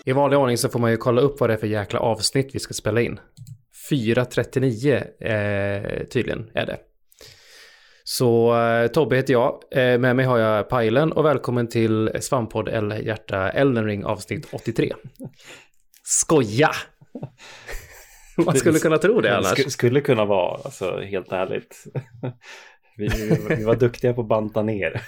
I vanlig ordning så får man ju kolla upp vad det är för jäkla avsnitt vi ska spela in. 4:39 tydligen är det. Så Tobbe heter jag. Med mig har jag Pajlen och välkommen till Svamppodd eller Hjärta Elden Ring avsnitt 83. Skoja! Man skulle kunna tro det annars. Skulle kunna vara, alltså helt ärligt. Vi var duktiga på att banta ner.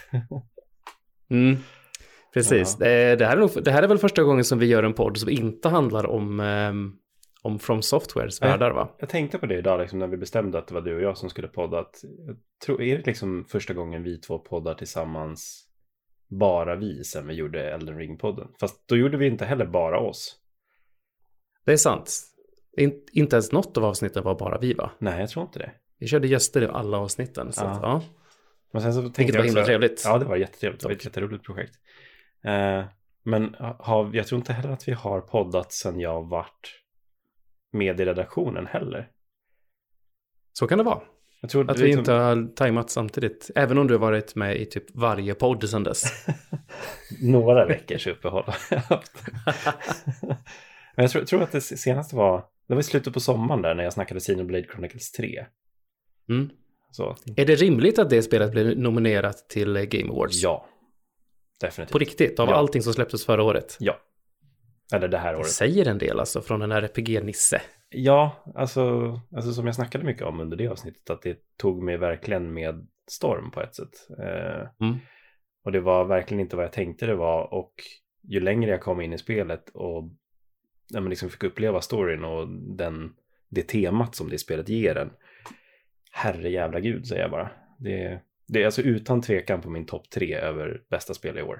Precis. Ja. Det här är väl första gången som vi gör en podd som inte handlar om From Softwares världar, va? Jag tänkte på det idag liksom, när vi bestämde att det var du och jag som skulle podda. Är det liksom första gången vi två poddar tillsammans, bara vi, sen vi gjorde Elden Ring-podden? Fast då gjorde vi inte heller bara oss. Det är sant. Inte ens något av avsnitten var bara vi, va? Nej, jag tror inte det. Vi körde gäster i alla avsnitten. Så ja. Att, Men sen så vilket var himla trevligt. Ja, det var jättetrevligt. Det var ett jätteroligt projekt. Men jag tror inte heller att vi har poddat sen jag varit med i redaktionen heller. Så kan det vara. Jag tror att vi inte har tajmat samtidigt. Även om du har varit med i typ varje podd sedan dess. Några veckors uppehåll har jag haft. Men jag tror att det senaste var i slutet på sommaren där när jag snackade Xenoblade Chronicles 3. Så. Är det rimligt att det spelet blev nominerat till Game Awards? Ja, definitivt. På riktigt, av allting som släpptes förra året? Ja. Eller det här året. Det säger en del alltså från den här RPG-nisse. Ja, alltså som jag snackade mycket om under det avsnittet, att det tog mig verkligen med storm på ett sätt. Och det var verkligen inte vad jag tänkte det var, och ju längre jag kom in i spelet och man liksom fick uppleva storyn och det temat som det spelet ger en, herre jävla gud, säger jag bara. Det är alltså utan tvekan på min topp 3 över bästa spel i år.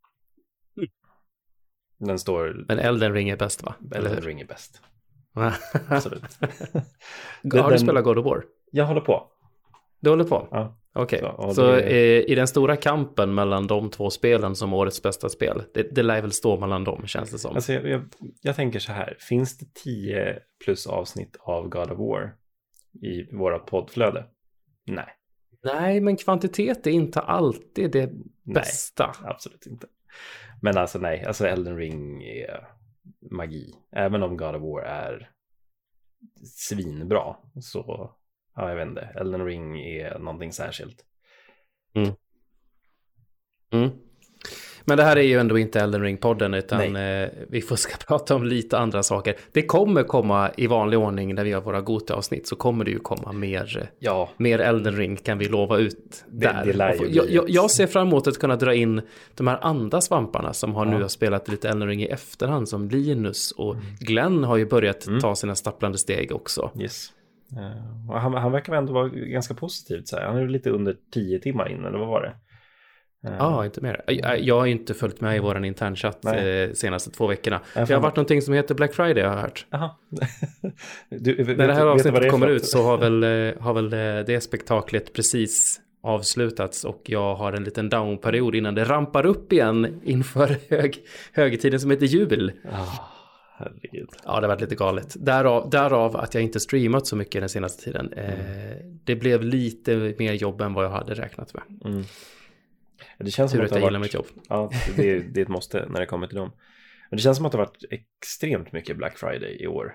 Den står... Men Elden Ring är bäst, va? Elden Ring är bäst. Absolut. Har du spelat God of War? Jag håller på. Du håller på? Ja. Okej. Så i den stora kampen mellan de två spelen som årets bästa spel, det lär väl stå mellan dem, känns det som. Alltså jag tänker så här. Finns det 10 plus avsnitt av God of War i våra poddflöde? Nej, men kvantitet är inte alltid det bästa. Nej, absolut inte. Men alltså nej, alltså Elden Ring är magi. Även om God of War är svinbra, så ja, jag vet inte. Elden Ring är någonting särskilt. Men det här är ju ändå inte Elden Ring-podden, utan vi ska prata om lite andra saker. Det kommer komma i vanlig ordning när vi har våra Gota-avsnitt, så kommer det ju komma mer Elden Ring, kan vi lova ut där. Jag ser fram emot att kunna dra in de här andra svamparna som nu har spelat lite Elden Ring i efterhand, som Linus och Glenn har ju börjat ta sina stapplande steg också. Yes. Och han verkar ändå vara ganska positivt. Så här. Han är lite under 10 timmar in, eller vad var det? Inte mer. Jag har inte följt med i våran internchatt senaste 2 veckorna. Det har varit någonting som heter Black Friday, jag har hört. När det här avsnittet kommer ut så har väl det spektaklet precis avslutats, och jag har en liten downperiod innan det rampar upp igen inför högtiden som heter jubel. Herregud. Ja, det har varit lite galet. Därav att jag inte streamat så mycket den senaste tiden. Det blev lite mer jobb än vad jag hade räknat med. Det känns som att jag gillar mitt jobb. Ja, det är ett måste när det kommer till dem. Men det känns som att det har varit extremt mycket Black Friday i år.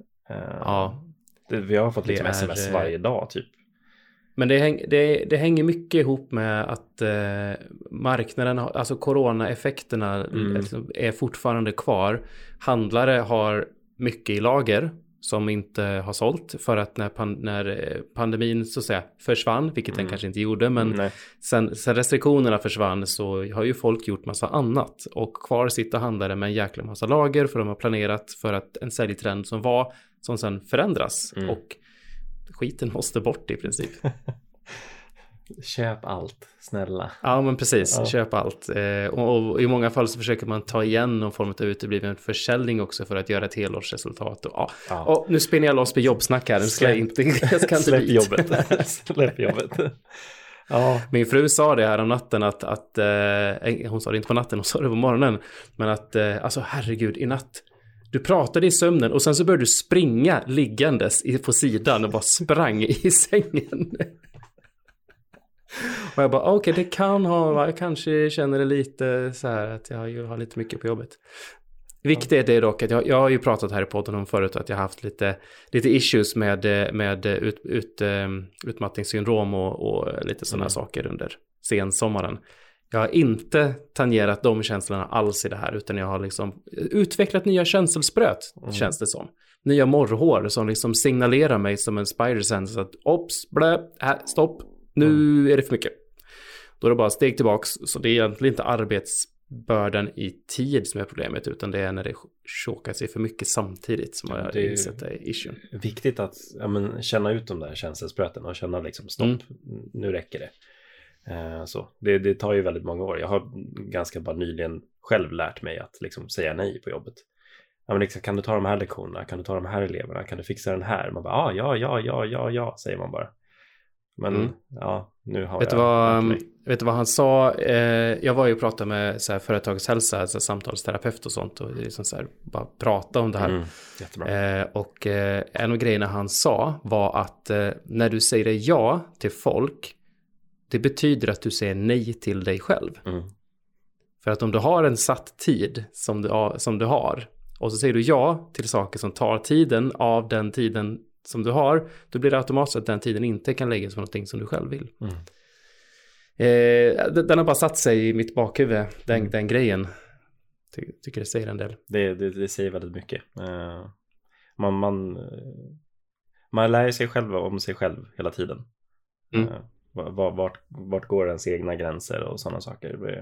Vi har fått liksom sms varje dag typ. Men det hänger mycket ihop med att marknaden, alltså coronaeffekterna är fortfarande kvar. Handlare har mycket i lager som inte har sålt, för att när pandemin så att säga försvann, vilket den kanske inte gjorde, men sen restriktionerna försvann så har ju folk gjort massa annat, och kvar sitter handlare med en jäkla massa lager, för de har planerat för att en säljtrend som sen förändras, och skiten måste bort i princip. Köp allt, snälla. Ja, men precis, köp allt. Och i många fall så försöker man ta igen någon form av utebliven försäljning också för att göra ett helårsresultat. Och nu spinner jag loss med jobbsnack här. Släpp jobbet. Släpp jobbet. Ja. Min fru sa det här om natten att hon sa det inte på natten, hon sa det på morgonen, men att alltså herregud, i natt du pratade i sömnen och sen så började du springa liggandes på sidan och bara sprang i sängen. Och jag bara, okej, det kan ha, jag kanske känner det lite så här att jag har lite mycket på jobbet. Viktigt är det dock att jag har ju pratat här i podden om förut att jag har haft lite issues med utmattningssyndrom och lite sådana saker under sensommaren. Jag har inte tangerat de känslorna alls i det här, utan jag har liksom utvecklat nya känselspröt, känns det som. Nya morrhår som liksom signalerar mig som en spider sense att ops, blä, stopp, nu är det för mycket. Då är det bara steg tillbaks, så det är egentligen inte arbetsbördan i tid som är problemet, utan det är när det chokar sig för mycket samtidigt som jag insett det är issue. Viktigt att känna ut de där känselspröten och känna liksom stopp, nu räcker det. Så det tar ju väldigt många år. Jag har ganska bara nyligen själv lärt mig att liksom säga nej på jobbet. Ja, men liksom, kan du ta de här lektionerna? Kan du ta de här eleverna? Kan du fixa den här? Man bara, ja, säger man bara. Men ja, nu har vet du vad han sa? Jag var ju och pratade med så här, företagshälsa, så här, samtalsterapeut och sånt, och liksom så här, bara prata om det här. Jättebra. Och en av grejerna han sa var att när du säger ja till folk, det betyder att du säger nej till dig själv. För att om du har en satt tid som du har, och så säger du ja till saker som tar tiden av den tiden som du har, då blir det automatiskt att den tiden inte kan läggas på någonting som du själv vill. Den har bara satt sig i mitt bakhuvud, den grejen. Tycker det säger en del. Det säger väldigt mycket. Man lär sig själv om sig själv hela tiden. Vart går ens egna gränser och sådana saker.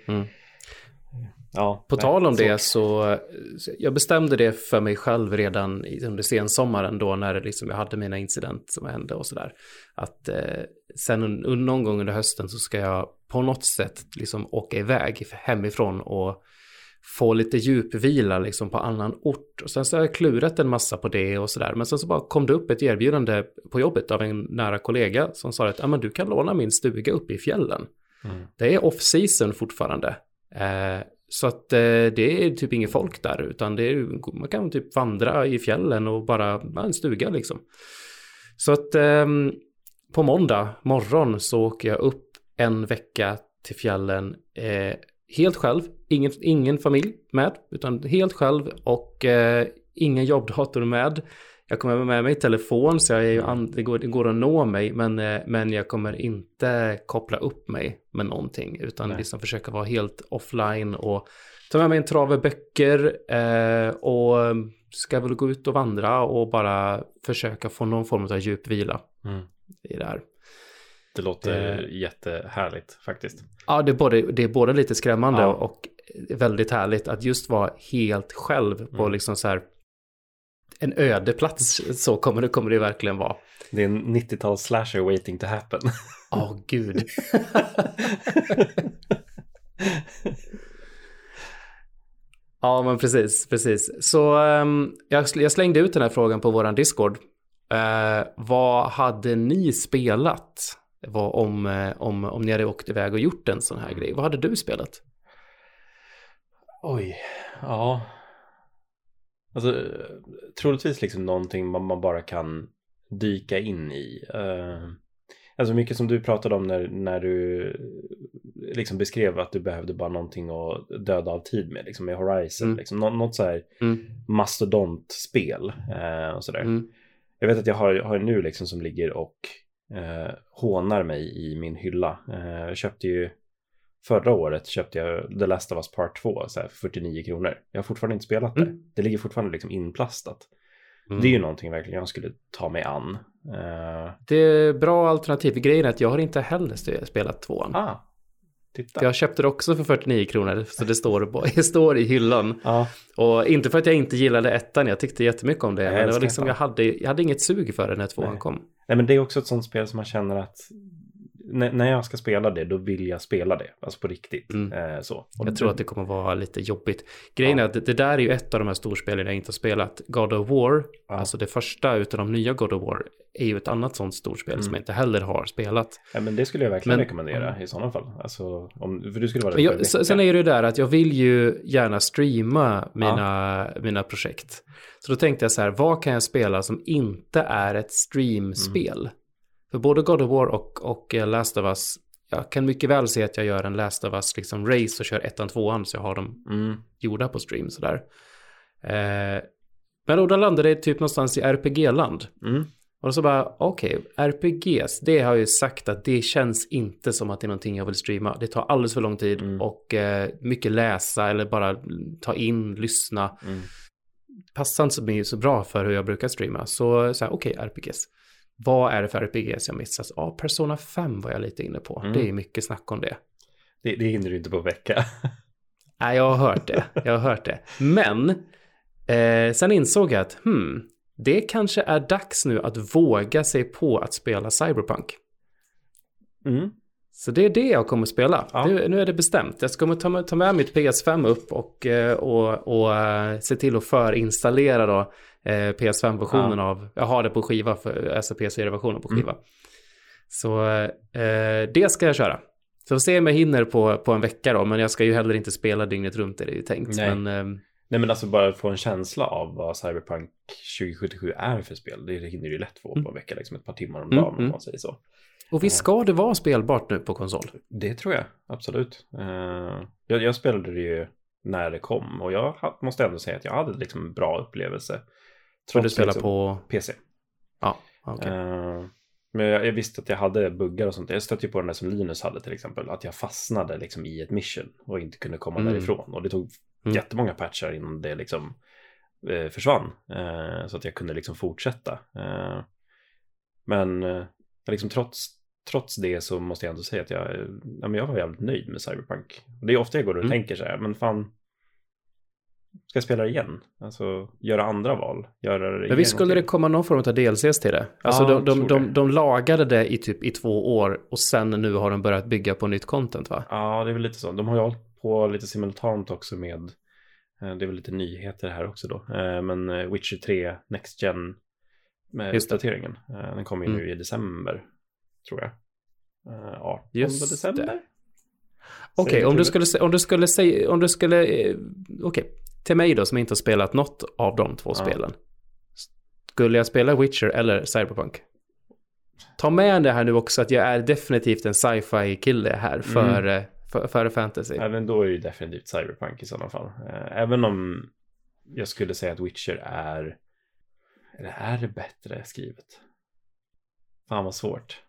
Ja, på tal om det så jag bestämde det för mig själv redan under sensommaren då, när liksom jag hade mina incident som hände och sådär, att sen någon gång under hösten så ska jag på något sätt liksom åka iväg hemifrån och få lite djupvila liksom på annan ort. Och sen så har jag klurat en massa på det och sådär, men sen så bara kom det upp ett erbjudande på jobbet av en nära kollega som sa att men du kan låna min stuga uppe i fjällen. Det är off-season fortfarande. Så att det är typ ingen folk där, utan man kan typ vandra i fjällen och bara en stuga liksom. Så att på måndag morgon så åker jag upp en vecka till fjällen helt själv, ingen familj med, utan helt själv, och ingen jobbdator med. Jag kommer med mig telefon, så det går att nå mig, men jag kommer inte koppla upp mig med någonting, utan liksom försöka vara helt offline och ta med mig en trave böcker och ska väl gå ut och vandra och bara försöka få någon form av djupvila i det här. Det låter jättehärligt faktiskt. Ja, det är både lite skrämmande och väldigt härligt att just vara helt själv på liksom så här en öde plats. Så kommer det verkligen vara. Det är en 90-tals slasher waiting to happen. Gud. Ja, men precis. Så jag slängde ut den här frågan på våran Discord. Vad hade ni spelat om ni hade åkt iväg och gjort en sån här grej? Vad hade du spelat? Oj, ja. Alltså, troligtvis liksom någonting man bara kan dyka in i. Alltså mycket som du pratade om när du liksom beskrev att du behövde bara någonting att döda av tid med, liksom med Horizon, liksom något så här mastodontspel och sådär. Jag vet att jag har nu liksom som ligger och hånar mig i min hylla. Jag köpte ju förra året The Last of Us Part 2 så här, för 49 kronor. Jag har fortfarande inte spelat det. Det ligger fortfarande liksom inplastat. Det är ju någonting verkligen jag skulle ta mig an. Det är bra alternativ. Grejen är att jag har inte heller spelat 2:an. Titta. Jag köpte det också för 49 kronor, så det står i hyllan. Och inte för att jag inte gillade 1:an, jag tyckte jättemycket om det. Men det var liksom, jag hade inget sug för det när 2:an kom. Nej, men det är också ett sånt spel som man känner att när jag ska spela det, då vill jag spela det. Alltså på riktigt. Så. Jag tror att det kommer vara lite jobbigt. Grejen är att det där är ju ett av de här storspelen jag inte har spelat. God of War, alltså det första utav de nya God of War, är ju ett annat sånt storspel som jag inte heller har spelat. Ja, men det skulle jag verkligen rekommendera i sådana fall. Alltså, för du skulle vara sen är det ju där att jag vill ju gärna streama mina projekt. Så då tänkte jag så här, vad kan jag spela som inte är ett streamspel? För både God of War och Last of Us, jag kan mycket väl se att jag gör en Last of Us liksom race och kör 1:an, 2:an, så jag har dem gjorda på stream sådär. Men då landade det typ någonstans i RPG-land. Och så bara, okej, RPGs, det har jag ju sagt att det känns inte som att det är någonting jag vill streama. Det tar alldeles för lång tid och mycket läsa eller bara ta in, lyssna. Passar inte så bra för hur jag brukar streama. Så här, okej, RPGs. Vad är det för RPGs jag missat? Ja, Persona 5 var jag lite inne på. Det är mycket snack om det. Det hinner du inte på vecka. Nej, jag har hört det. Men sen insåg jag att det kanske är dags nu att våga sig på att spela Cyberpunk. Så det är det jag kommer spela. Ja. Nu är det bestämt. Jag ska ta med mitt PS5 upp och se till att förinstallera då PS5-versionen av... Jag har det på skiva, alltså PS4-versionen på skiva. Så det ska jag köra. Så se om jag hinner på en vecka då. Men jag ska ju heller inte spela dygnet runt, det är ju tänkt. Nej, men alltså bara få en känsla av vad Cyberpunk 2077 är för spel. Det hinner ju lätt få på en vecka, liksom ett par timmar om dagen om man säger så. Och visst ska det vara spelbart nu på konsol? Det tror jag, absolut. Jag spelade det ju när det kom. Och jag måste ändå säga att jag hade liksom en bra upplevelse. Trots du spelar liksom på PC. Ja, okej. Men jag visste att jag hade buggar och sånt. Jag stötte ju på den där som Linus hade till exempel. Att jag fastnade liksom i ett mission och inte kunde komma därifrån. Och det tog jättemånga patchar innan det liksom försvann. Så att jag kunde liksom fortsätta. Men liksom trots det så måste jag ändå säga att jag var jävligt nöjd med Cyberpunk. Det är ofta jag går och tänker så här, men fan, ska jag spela det igen? Alltså, göra andra val. Men visst skulle det komma någon form av DLCs till det? Alltså de lagade det i 2 år och sen nu har de börjat bygga på nytt content, va? Ja, det är väl lite så. De har ju hållit på lite simultant också med, det är väl lite nyheter här också då. Men Witcher 3 Next Gen med uppdateringen. Den kommer ju nu i december, tror jag. 18 december. Okej, okej, till mig då som inte har spelat något av de 2 spelen. Skulle jag spela Witcher eller Cyberpunk? Ta med det här nu också att jag är definitivt en sci-fi kille här för fantasy. Även då är det ju definitivt Cyberpunk i sådana fall. Även om jag skulle säga att Witcher är det bättre skrivet. Fan vad svårt.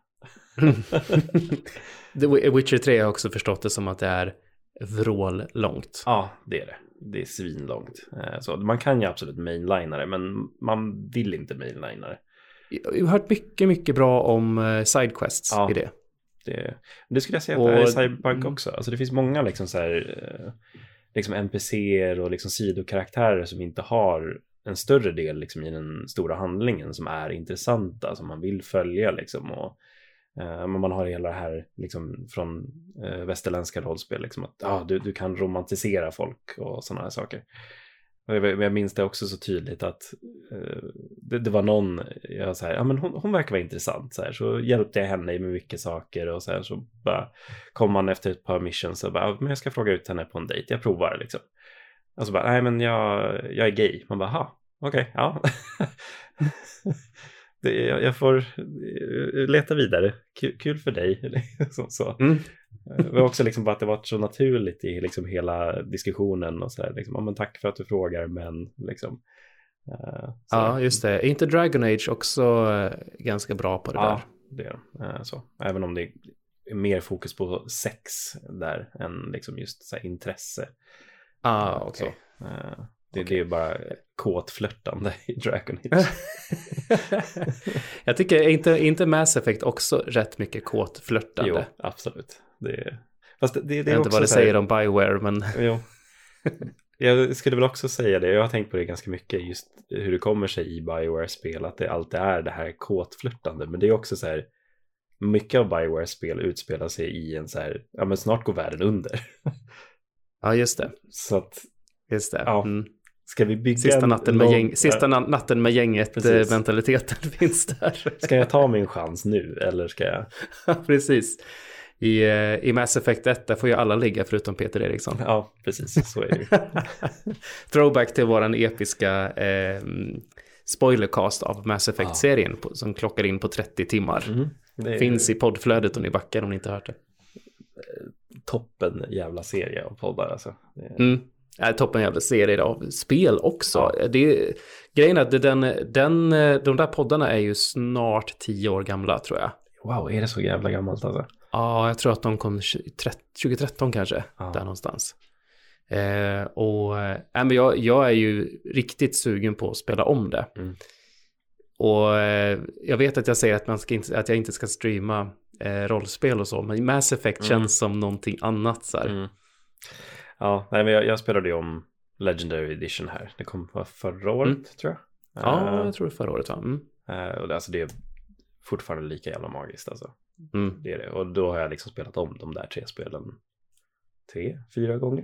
Witcher 3 har jag också förstått det som att det är vrål långt. Ja, det är det. Det är svinlångt. Så man kan ju absolut mainlina det, men man vill inte mainlina det. Jag har hört mycket, mycket bra om sidequests i det. Det skulle jag säga att det är i Cyberpunk också. Alltså det finns många liksom så här, liksom NPCer och liksom sidokaraktärer som inte har en större del liksom i den stora handlingen som är intressanta, som man vill följa liksom. Och men man har hela det här liksom från västerländska rollspel liksom att du kan romantisera folk och sådana här saker. Och jag minns det också så tydligt att det var någon, jag så här, men hon verkar vara intressant så här, så hjälpte jag henne med mycket saker och så här, så bara kom man efter ett par missions och bara, men jag ska fråga ut henne på en dejt, jag provar liksom. Och så bara, nej men jag är gay. Man bara, okej, ja. Jag får leta vidare. Kul för dig. så. Det var också liksom bara att det var så naturligt i liksom hela diskussionen och så här, liksom, men tack för att du frågar, men liksom. Ja, just det. Är inte Dragon Age också ganska bra på det där? Det är så. Även om det är mer fokus på sex där än liksom just så här intresse. Okej. Det är bara kåtflörtande i Dragon Age. Jag tycker inte Mass Effect också rätt mycket kåtflörtande. Jo, absolut. Fast det är jag vet inte vad det säger om BioWare, men... Jo. Jag skulle väl också säga det. Jag har tänkt på det ganska mycket, just hur det kommer sig i BioWare-spel att det alltid är det här kåtflörtande. Men det är också så här, mycket av BioWare-spel utspelar sig i en så här, men snart går världen under. Ja, just det. Så att... Just det. Ja. Ska vi bygga sista natten med gänget mentaliteten finns där. Ska jag ta min chans nu eller ska jag? Precis. I Mass Effect 1 där får ju alla ligga förutom Peter Eriksson. Ja, precis. Så är det ju. Throwback till våran episka spoilercast av Mass Effect-serien som klockar in på 30 timmar. Finns i poddflödet om ni backar om ni inte hört det. Toppen jävla serie av poddar alltså. Toppen jävla serie av spel också. Grejen är att de där poddarna är ju snart 10 år gamla, tror jag. Wow, är det så jävla gammalt alltså? Ja, jag tror att de kom 2013 kanske, där någonstans. Men jag är ju riktigt sugen på att spela om det. Och jag vet att jag säger att jag inte ska streama rollspel och så, men Mass Effect känns som någonting annat så här. Ja, nej, men jag spelade ju om Legendary Edition här. Det kom förra året, tror jag. Ja, jag tror det förra året, va? Och alltså det är fortfarande lika jävla magiskt alltså. Det är det. Och då har jag liksom spelat om de där 3 spelen 3-4 gånger.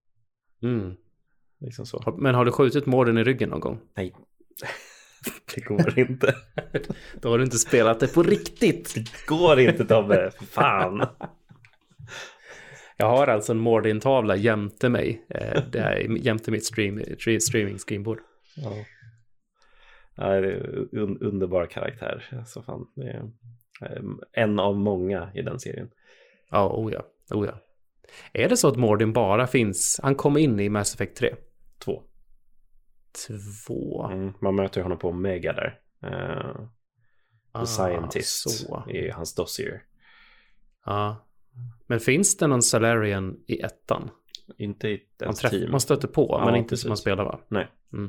Liksom så. Men har du skjutit morden i ryggen någon gång? Nej. Det går inte. Då har du inte spelat det på riktigt. Det går inte, Tobbe. Fan. Jag har alltså en Mordin-tavla jämte mig. Det är jämte mitt streaming-screenboard. Ja. Ja, det är underbar karaktär. Alltså fan, det är en av många i den serien. Ja, oh ja. Är det så att Mordin bara finns... Han kom in i Mass Effect 3? 2. Man möter honom på Omega där. The Scientist i hans dossier. Ja. Men finns det någon Salarian i ettan? Inte i ett team. Man stöter på, men inte precis. Som man spelar, va? Nej.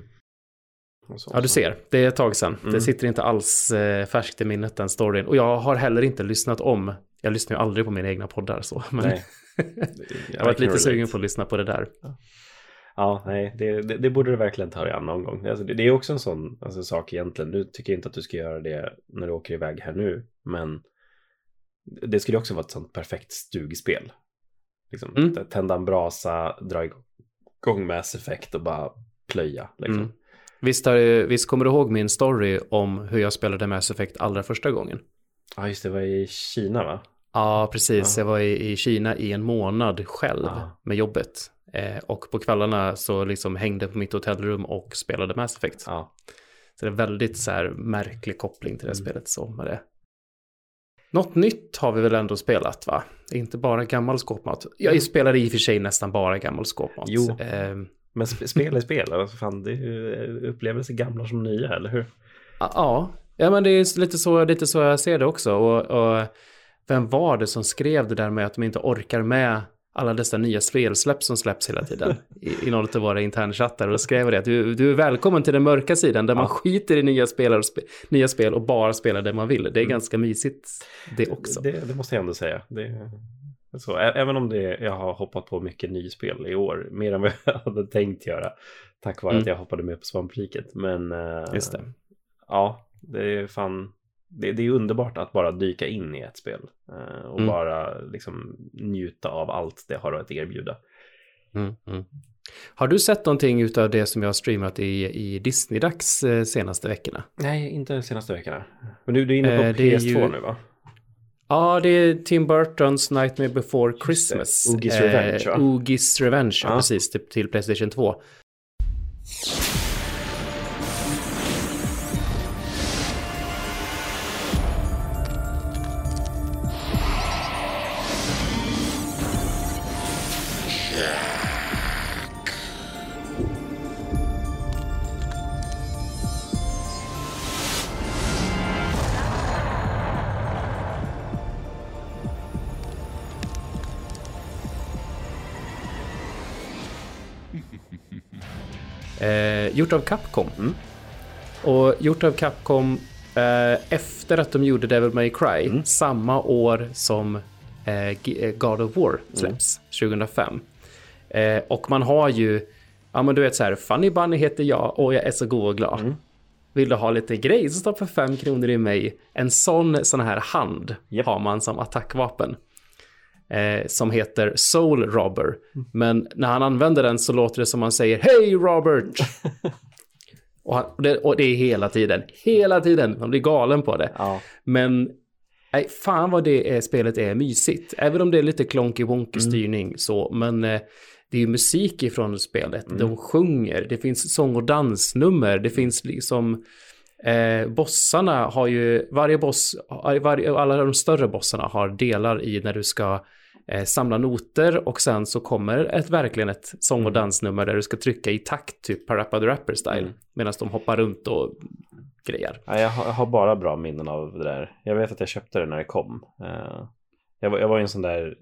Ja, du ser. Det är ett tag sedan. Det sitter inte alls färskt i minnet, den storyn. Och jag har heller inte lyssnat om. Jag lyssnar ju aldrig på mina egna poddar så. Men nej. Jag har varit lite sugen på att lyssna på det där. Ja, nej. Det borde du verkligen ta dig an någon gång. Alltså, det är också en sån sak egentligen. Du tycker inte att du ska göra det när du åker iväg här nu. Men det skulle också vara ett sånt perfekt stugspel. Liksom, tända en brasa, dra igång Mass Effect och bara plöja. Liksom. Visst kommer du ihåg min story om hur jag spelade Mass Effect allra första gången? Ja, just det, var i Kina, va? Ja, precis. Jag var i Kina i en månad själv med jobbet. Och på kvällarna så liksom hängde på mitt hotellrum och spelade Mass Effect. Så det är väldigt så här märklig koppling till det spelet så med det. Något nytt har vi väl ändå spelat, va? Inte bara gammal skåpmat. Jag spelade i och för sig nästan bara gammal skåpmat. Jo, men spel är spel. Alltså, fan, det är upplevelser gamla som nya, eller hur? Ja, men det är lite så jag ser det också. Och vem var det som skrev det där med att de inte orkar med alla dessa nya spelsläpp som släpps hela tiden i något av våra internchattar, och då skrev det att du är välkommen till den mörka sidan där man skiter i nya spel och bara spelar det man vill. Det är ganska mysigt det också. Det måste jag ändå säga. Så, även om jag har hoppat på mycket nyspel i år, mer än vad jag hade tänkt göra, tack vare att jag hoppade med på Svampriket. Men just det. Ja, det är fan, det är underbart att bara dyka in i ett spel och bara liksom njuta av allt det har att erbjuda. Har du sett någonting utav det som jag har streamat i Disney-dags senaste veckorna? Nej, inte de senaste veckorna. Men du är inne på PS2 nu, va? Ja, det är Tim Burtons Nightmare Before Christmas. Oogie's Revenge, va? Oogie's Revenge, precis, till PlayStation 2. Gjort av Capcom. Och gjort av Capcom efter att de gjorde Devil May Cry samma år som God of War släpps 2005. Och man har ju, ja men du vet så här, Funny Bunny heter jag och jag är så god och glad. Vill du ha lite grej så står för 5 kronor i mig. En sån här hand har man som attackvapen. Som heter Soul Robber. Men när han använder den så låter det som han säger Hey Robert! och det är hela tiden. Man blir galen på det. Men fan vad det spelet är mysigt. Även om det är lite klonky-wonky styrning så. Men det är ju musik ifrån spelet. De sjunger. Det finns sång- och dansnummer. Det finns liksom bossarna har ju, varje boss, alla de större bossarna har delar i när du ska samla noter och sen så kommer verkligen ett sång- och dansnummer där du ska trycka i takt, typ Parappa the Rapper-style, medan de hoppar runt och grejer. Ja, jag har bara bra minnen av det där. Jag vet att jag köpte det när det kom. Jag var ju en sån där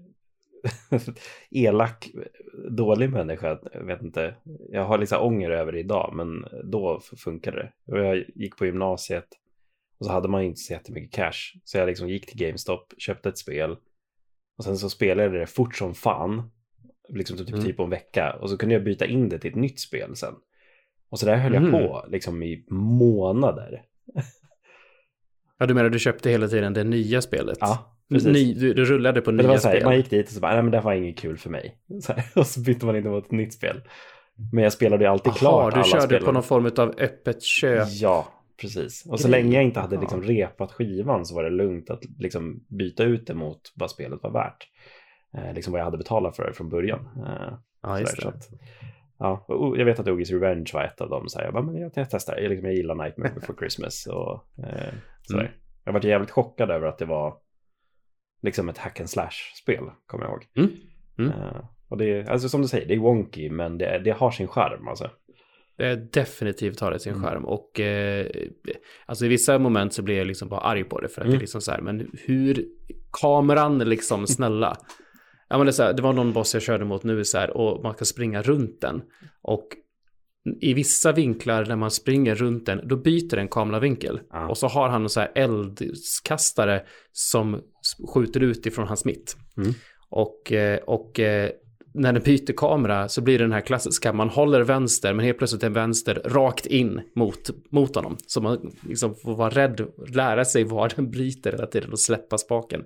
elak, dålig människa. Jag vet inte. Jag har liksom ånger över det idag, men då funkade det. Och jag gick på gymnasiet och så hade man inte så jättemycket cash. Så jag liksom gick till GameStop, köpte ett spel och sen så spelade jag det fort som fan. Liksom typ på en vecka. Och så kunde jag byta in det till ett nytt spel sen. Och så där höll jag på liksom i månader. Ja, du menar du köpte hela tiden det nya spelet? Ja, precis. Du rullade på nya spel. Man gick dit och så bara, nej men det var inget kul för mig. Så här, och så bytte man in mot ett nytt spel. Men jag spelade ju alltid klart alla spel. Du körde på någon form av öppet köp. Ja, precis. Och så länge jag inte hade liksom repat skivan så var det lugnt att liksom byta ut det mot vad spelet var värt. Liksom vad jag hade betalat för det från början. Ja, just det. Så att, ja, och jag vet att Ogis Revenge var ett av dem. Så här, jag bara, men jag testar. Jag gillar Nightmare Before Christmas. Och, jag var jävligt chockad över att det var liksom ett hack and slash-spel, kommer jag ihåg. Och det, alltså som du säger, det är wonky, men det har sin charm alltså. Det definitivt har det sin charm. Och alltså i vissa moment så blir jag liksom bara arg på det. För att det är liksom så här, men hur kameran är liksom snälla. Ja, men det var någon boss jag körde mot nu så här, och man kan springa runt den. Och i vissa vinklar när man springer runt den, då byter en kameravinkel. Och så har han en så här eldkastare som skjuter ut ifrån hans mitt. Och när den byter kamera så blir det den här klassiska, man håller vänster men helt plötsligt en vänster rakt in mot honom. Så man liksom får vara rädd, lära sig var den bryter hela tiden och släppa spaken.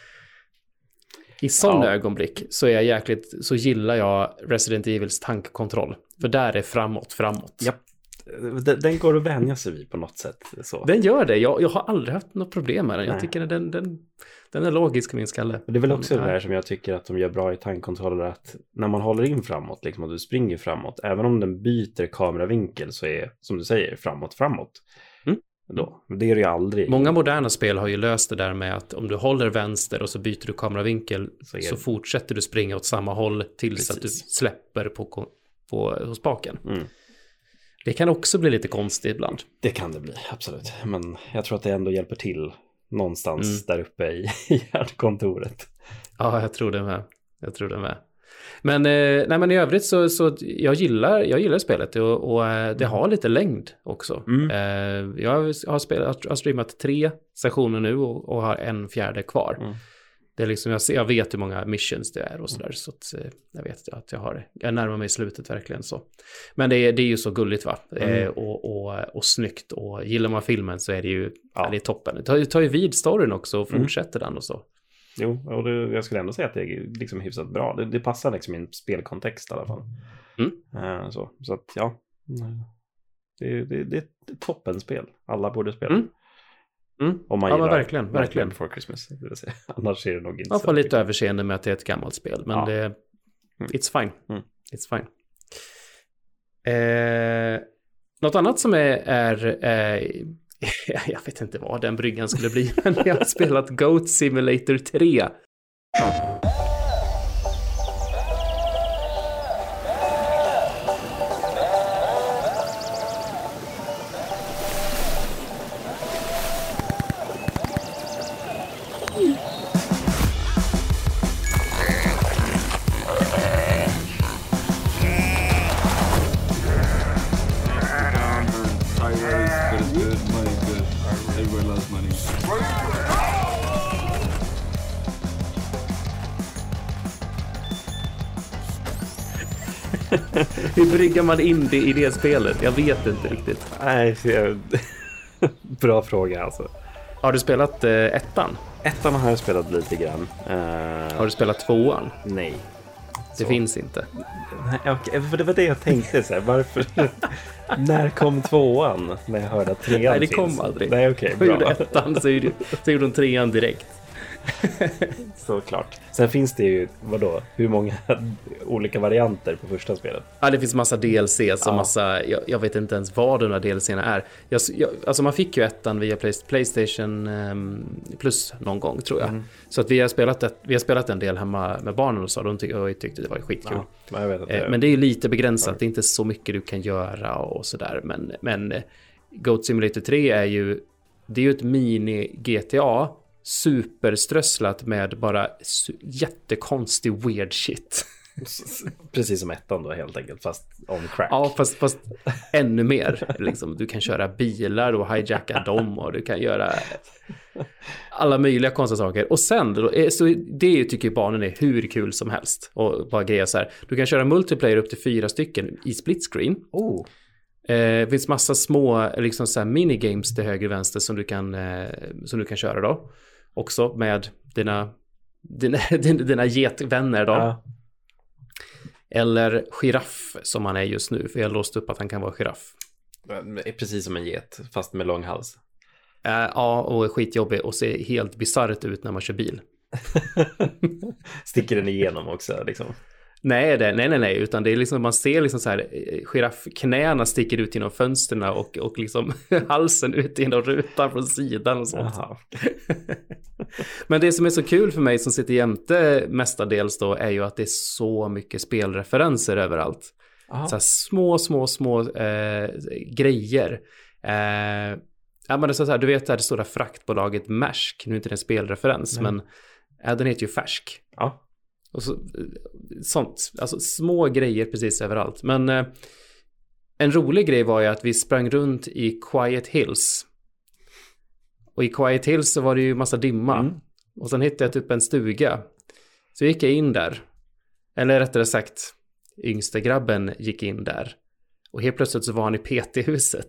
I sådana ögonblick så gillar jag Resident Evils tankkontroll. För där är framåt. Ja, den går att vänja sig vid på något sätt. Så. Den gör det. Jag har aldrig haft något problem med den. Jag tycker den är logisk i min skalle. Det är väl också det där som jag tycker att de gör bra i tankkontroller, att när man håller in framåt, liksom, och du springer framåt, även om den byter kameravinkel så är, som du säger, framåt. Då. Det är det ju aldrig. Många moderna spel har ju löst det där med att om du håller vänster och så byter du kameravinkel så fortsätter du springa åt samma håll tills att du släpper på spaken. Det kan också bli lite konstigt ibland. Det kan det bli, absolut. Men jag tror att det ändå hjälper till någonstans där uppe i hjärnkontoret. Ja, jag tror det med. Men i övrigt så jag gillar spelet och det har lite längd också. Jag har streamat 3 sessioner nu och har en fjärde kvar. Det är liksom, jag vet hur många missions det är och sådär, så att jag vet att jag närmar mig slutet verkligen så. Men det är ju så gulligt, va? Och snyggt, och gillar man filmen så är det ju det är toppen. Det tar ju vid storyn också och fortsätter den och så. Jo, och jag skulle ändå säga att det är liksom hyfsat bra. Det passar liksom i en spelkontext i alla fall. Så att ja, det är ett toppenspel. Alla borde spela. Om man gillar verkligen. Before Christmas, det vill säga. Annars är det nog inte. Man får lite överseende med att det är ett gammalt spel, men it's fine. It's fine. Något annat som är jag vet inte vad den bryggan skulle bli, men jag har spelat Goat Simulator 3. Hur bryggar man in det i det spelet? Jag vet inte riktigt. Nej, bra fråga alltså. Har du spelat ettan? Ettan har jag spelat lite grann. Har du spelat tvåan? Nej. Det finns inte. Nej, okej, för det var det jag tänkte så här, varför? När kom tvåan? När jag hörde att trean Nej, det kom aldrig. Nej, okej, bra. Jag gjorde ettan så gjorde de trean direkt. Såklart. Sen finns det ju, hur många olika varianter på första spelet? Ja, det finns massa DLCs och massa, jag vet inte ens vad de där DLCerna är. Alltså man fick ju ettan via PlayStation Plus någon gång tror jag. Så att vi har spelat en del hemma med barnen och så. De tyckte det var skitkul. Ja, jag vet att men det är ju lite begränsat, det är inte så mycket du kan göra och sådär. Men Goat Simulator 3 är ju ett mini-GTA superströsslat med bara jättekonstig weird shit. Precis som ettan då helt enkelt, fast on crack. Ja, fast ännu mer. Liksom, du kan köra bilar och hijacka dem och du kan göra alla möjliga konstiga saker. Och sen, så det tycker barnen är hur kul som helst. Och bara grejer så här. Du kan köra multiplayer upp till 4 stycken i split screen. Det finns massa små liksom så här minigames till höger och vänster som du kan köra då. Också med dina getvänner då. Ja. Eller giraff som han är just nu. För jag har låst upp att han kan vara giraff. Precis som en get, fast med lång hals. Ja, och skitjobbig och ser helt bizarrt ut när man kör bil. Sticker den igenom också liksom? Nej, utan det är liksom, man ser liksom så här, giraffknäna sticker ut genom fönstren och liksom halsen ut genom rutan från sidan och sånt. Men det som är så kul för mig som sitter jämte mestadels då är ju att det är så mycket spelreferenser överallt. Så här små grejer. Ja, men det är så här, du vet det stora fraktbolaget Maersk, nu är inte det en spelreferens, men den heter ju Färsk. Ja. Och sånt, alltså små grejer precis överallt. Men en rolig grej var ju att vi sprang runt i Quiet Hills. Och i Quiet Hills så var det ju massa dimma. Och sen hittade jag typ en stuga. Så gick jag in där. Eller rättare sagt, yngsta grabben gick in där. Och helt plötsligt så var han i PT-huset.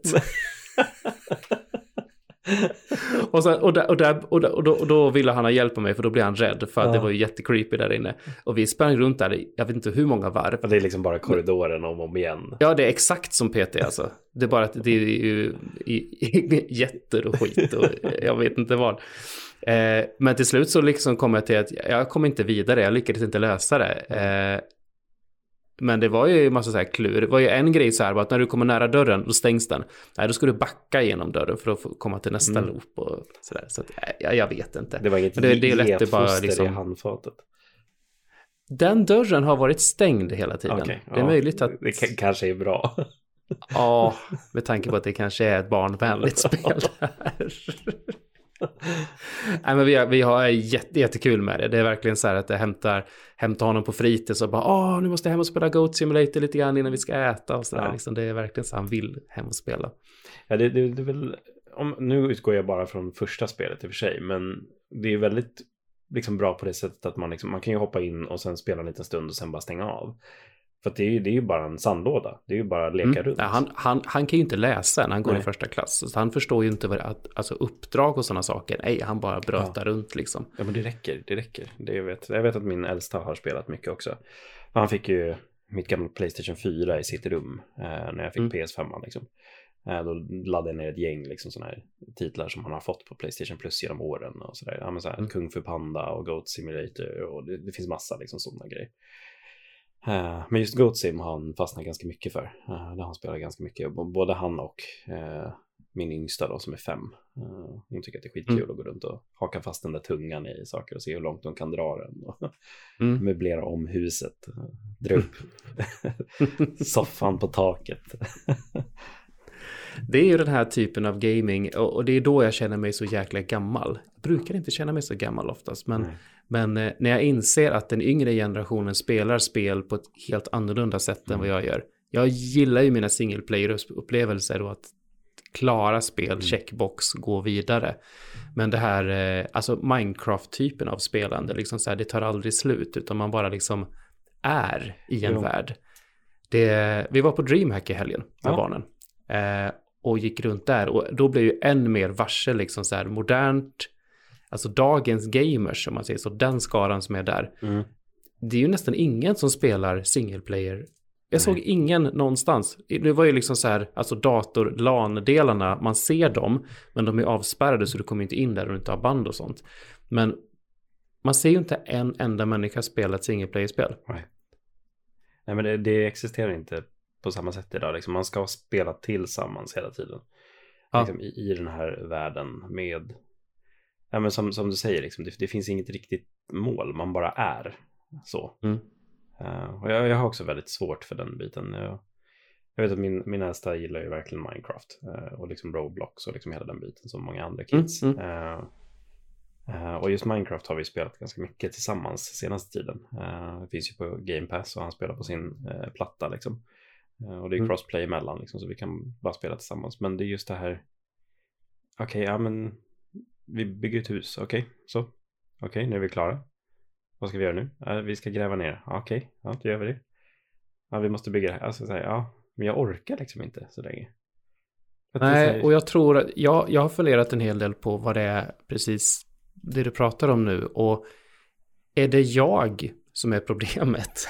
Och då ville han ha hjälp av mig, för då blev han rädd, för att det var ju jättecreepy där inne. Och vi sprang runt där, jag vet inte hur många varv. Och det är liksom bara korridoren om igen. Ja, det är exakt som PT alltså. Det är bara att det är ju jätter och skit och jag vet inte vad. Men till slut så liksom kom jag till att jag kom inte vidare, jag lyckades inte lösa det. Men det var ju en massa så här klur. Det var ju en grej så här, att när du kommer nära dörren, då stängs den. Nej, då ska du backa genom dörren för att få komma till nästa loop och sådär. Så att, jag vet inte. Det var inget det är lätt att bara liksom, i handfatet. Den dörren har varit stängd hela tiden. Okay, det är möjligt att... Det kanske är bra. Ja, med tanke på att det kanske är ett barnvänligt spel här. Nej, men vi har jättekul med det. Det är verkligen så här att det hämtar honom på fritids och bara nu måste jag hem och spela Goat Simulator lite grann innan vi ska äta och sådär. Liksom, det är verkligen så han vill hem och spela. Ja, det är väl, nu utgår jag bara från första spelet i och för sig, men det är väldigt liksom bra på det sättet att man kan ju hoppa in och sen spela en liten stund och sen bara stänga av. För att det är ju bara en sandlåda. Det är ju bara att leka runt. Ja, han kan ju inte läsa när han går i första klass. Så han förstår ju inte alltså uppdrag och sådana saker. Nej, han bara brötar runt liksom. Ja, men det räcker. Jag vet att min äldsta har spelat mycket också. Han fick ju mitt gamla PlayStation 4 i sitt rum när jag fick PS5 liksom. Då laddade jag ner ett gäng liksom sådana här titlar som han har fått på PlayStation Plus genom åren och sådär. Ja, men så här, Kung Fu Panda och Goat Simulator och det finns massa liksom sådana grejer. Men just Goat Sim har han fastnat ganska mycket för. Det har han spelat ganska mycket. Både han och min yngsta då som är 5. Hon tycker att det är skitkul att gå runt och haka fast den där tungan i saker och se hur långt de kan dra den. Och möblera om huset. Dra upp soffan på taket. Det är ju den här typen av gaming och det är då jag känner mig så jäkla gammal. Jag brukar inte känna mig så gammal oftast, men när jag inser att den yngre generationen spelar spel på ett helt annorlunda sätt än vad jag gör. Jag gillar ju mina single player-upplevelser och att klara spel, checkbox, gå vidare. Men det här, alltså Minecraft-typen av spelande, liksom så här, det tar aldrig slut, utan man bara liksom är i en värld. Vi var på DreamHack i helgen med barnen. Och gick runt där och då blev ju än mer varse liksom så här modernt, alltså dagens gamers som man säger så, den skaran som är där. Det är ju nästan ingen som spelar single player. Jag såg ingen någonstans. Det var ju liksom så här, alltså dator-LAN-delarna, man ser dem, men de är avspärrade så du kommer inte in där och inte har band och sånt. Men man ser ju inte en enda människa spela ett single player-spel. Nej, men det existerar inte på samma sätt idag. Liksom, man ska spela tillsammans hela tiden. Ja. Liksom, i den här världen med... Ja, men som du säger, liksom, det finns inget riktigt mål. Man bara är så. Och jag har också väldigt svårt för den biten. Jag vet att min äldsta gillar ju verkligen Minecraft. Och liksom Roblox och liksom hela den biten som många andra kids. Och just Minecraft har vi spelat ganska mycket tillsammans senaste tiden. Det finns ju på Game Pass och han spelar på sin platta liksom. Och det är crossplay emellan liksom, så vi kan bara spela tillsammans. Men det är just det här, ja men vi bygger ett hus, okej, nu är vi klara. Vad ska vi göra nu? Vi ska gräva ner. Okej, då gör vi det. Ja, vi måste bygga det här. Alltså, men jag orkar liksom inte så länge. Nej, och jag tror att jag har funderat en hel del på vad det är precis det du pratar om nu, och är det jag som är problemet?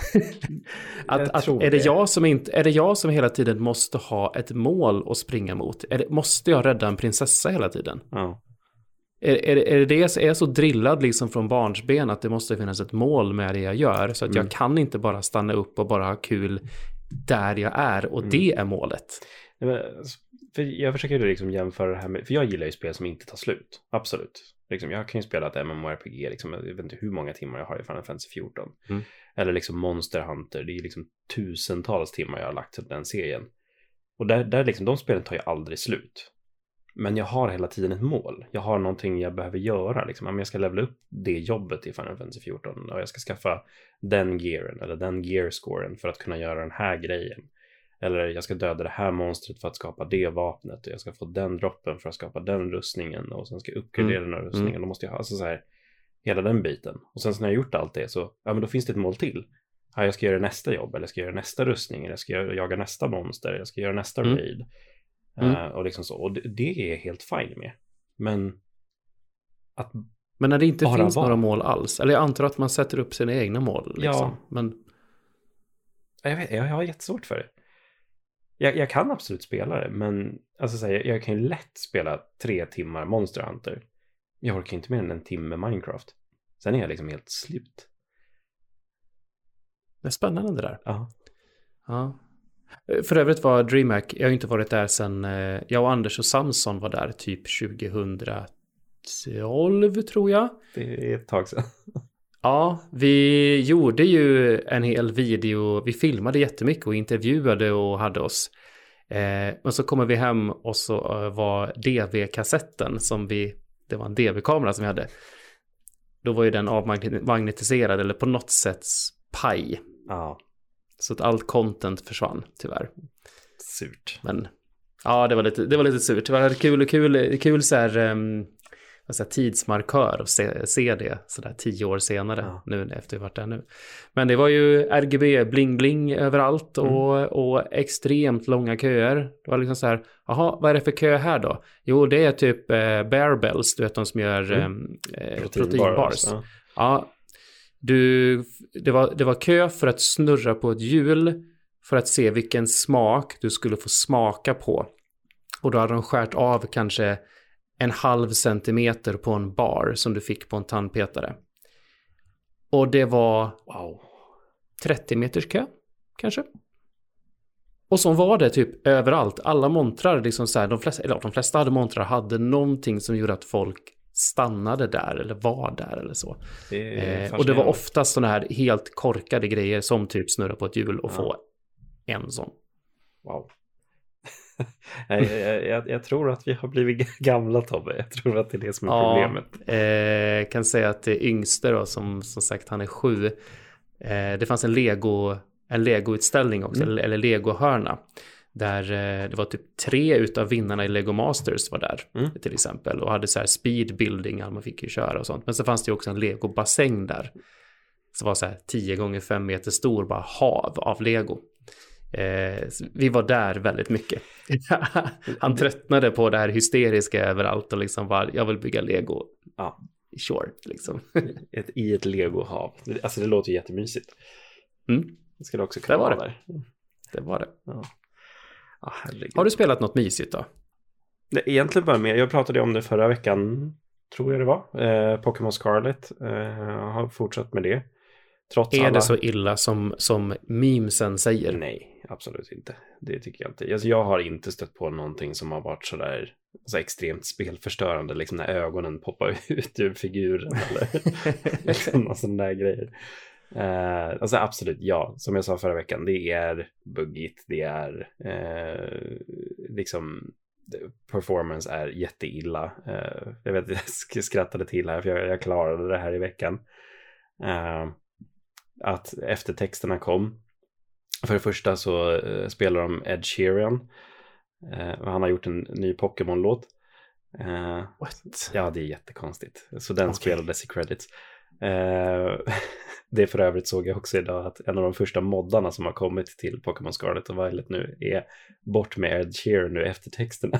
Är det jag som hela tiden måste ha ett mål att springa mot? Måste jag rädda en prinsessa hela tiden? Ja. Är jag så drillad liksom från barnsben att det måste finnas ett mål med det jag gör, så att jag kan inte bara stanna upp och bara ha kul där jag är, och det är målet. För jag försöker liksom jämföra det här med, för jag gillar ju spel som inte tar slut, absolut. Liksom, jag kan ju spela ett MMORPG, liksom, jag vet inte hur många timmar jag har i Final Fantasy 14. Eller liksom Monster Hunter, det är liksom tusentals timmar jag har lagt till den serien. Och där liksom, de spelen tar ju aldrig slut. Men jag har hela tiden ett mål. Jag har någonting jag behöver göra. Liksom. Om jag ska levela upp det jobbet i Final Fantasy 14, och jag ska skaffa den gearen eller den gearscoren för att kunna göra den här grejen. Eller jag ska döda det här monstret för att skapa det vapnet. Och jag ska få den droppen för att skapa den rustningen. Och sen ska jag uppgradera den här rustningen. Då måste jag ha alltså så här, hela den biten. Och sen så när jag gjort allt det så, men då finns det ett mål till. Jag ska göra nästa jobb, eller jag ska göra nästa rustning, eller jag ska jaga nästa monster, eller jag ska göra nästa raid. Och liksom så. Och det är helt fine med. Men när det inte finns några mål alls. Eller jag antar att man sätter upp sina egna mål. Liksom. Ja. Men... Jag har jättesvårt för det. Jag kan absolut spela det. Men alltså, så här, jag kan ju lätt spela 3 timmar Monster Hunter. Jag orkar inte mer än en timme Minecraft. Sen är jag liksom helt slut. Det är spännande det där. Ja. För övrigt var DreamHack, jag har inte varit där sedan jag och Anders och Samson var där typ 2012 tror jag. Det är ett tag sedan. Ja, vi gjorde ju en hel video, vi filmade jättemycket och intervjuade och hade oss. Men så kommer vi hem och så var DV-kassetten det var en DV-kamera som vi hade. Då var ju den avmagnetiserad eller på något sätt paj. Ja. Så att allt content försvann, tyvärr. Surt. Men ja, det var lite surt. Det var kul så här, tidsmarkör att se det så där 10 år senare, nu efter vi varit där nu. Men det var ju RGB bling överallt och extremt långa köer. Det var liksom så här, vad är det för kö här då? Jo, det är typ Bear Bells, du vet de som gör proteinbars. Ja. Det var kö för att snurra på ett hjul för att se vilken smak du skulle få smaka på. Och då hade de skärt av kanske 0,5 centimeter på en bar som du fick på en tandpetare. Och det var 30 meters kö kanske. Och så var det typ överallt. Alla montrar, liksom så här, de flesta hade montrar, hade någonting som gjorde att folk stannade där eller var där eller så. Och det var oftast sådana här helt korkade grejer som typ snurra på ett hjul och få en sån. Wow. jag tror att vi har blivit gamla, Tobbe. Jag tror att det är det som är problemet. Kan säga att det yngste då, som sagt han är 7. Det fanns en Lego-utställning också, eller Lego-hörna. Där det var typ 3 utav vinnarna i Lego Masters var där till exempel. Och hade så här speed building, man fick ju köra och sånt. Men så fanns det ju också en Lego-bassäng där. Så var så här 10 gånger 5 meter stor, bara hav av Lego. Vi var där väldigt mycket. Han tröttnade på det här hysteriska överallt och liksom bara, jag vill bygga Lego. Ja. Sure, liksom. I ett Lego-hav. Alltså det låter ju jättemysigt. Det skulle också kunna vara där. Det var det. Ja. Har du spelat något mysigt då? Egentligen bara med, jag pratade om det förra veckan tror jag det var. Pokémon Scarlet har fortsatt med det. Trots är alla... det så illa som memesen säger? Nej, absolut inte. Det tycker jag inte. Alltså, jag har inte stött på någonting som har varit sådär så extremt spelförstörande, liksom när ögonen poppar ut ur figuren eller liksom sådana där grejer. Alltså absolut, ja. Som jag sa förra veckan, det är buggigt, det är liksom performance är jätteilla. Jag vet, jag skrattade till här för jag klarade det här i veckan. Att eftertexterna kom. För det första så spelar de Ed Sheeran. Och han har gjort en ny Pokémon-låt. What? Ja, det är jättekonstigt. Så den spelades i credits. Det för övrigt såg jag också idag att en av de första moddarna som har kommit till Pokémon Scarlet och Violet nu är bort med Ed Sheeran nu efter texterna.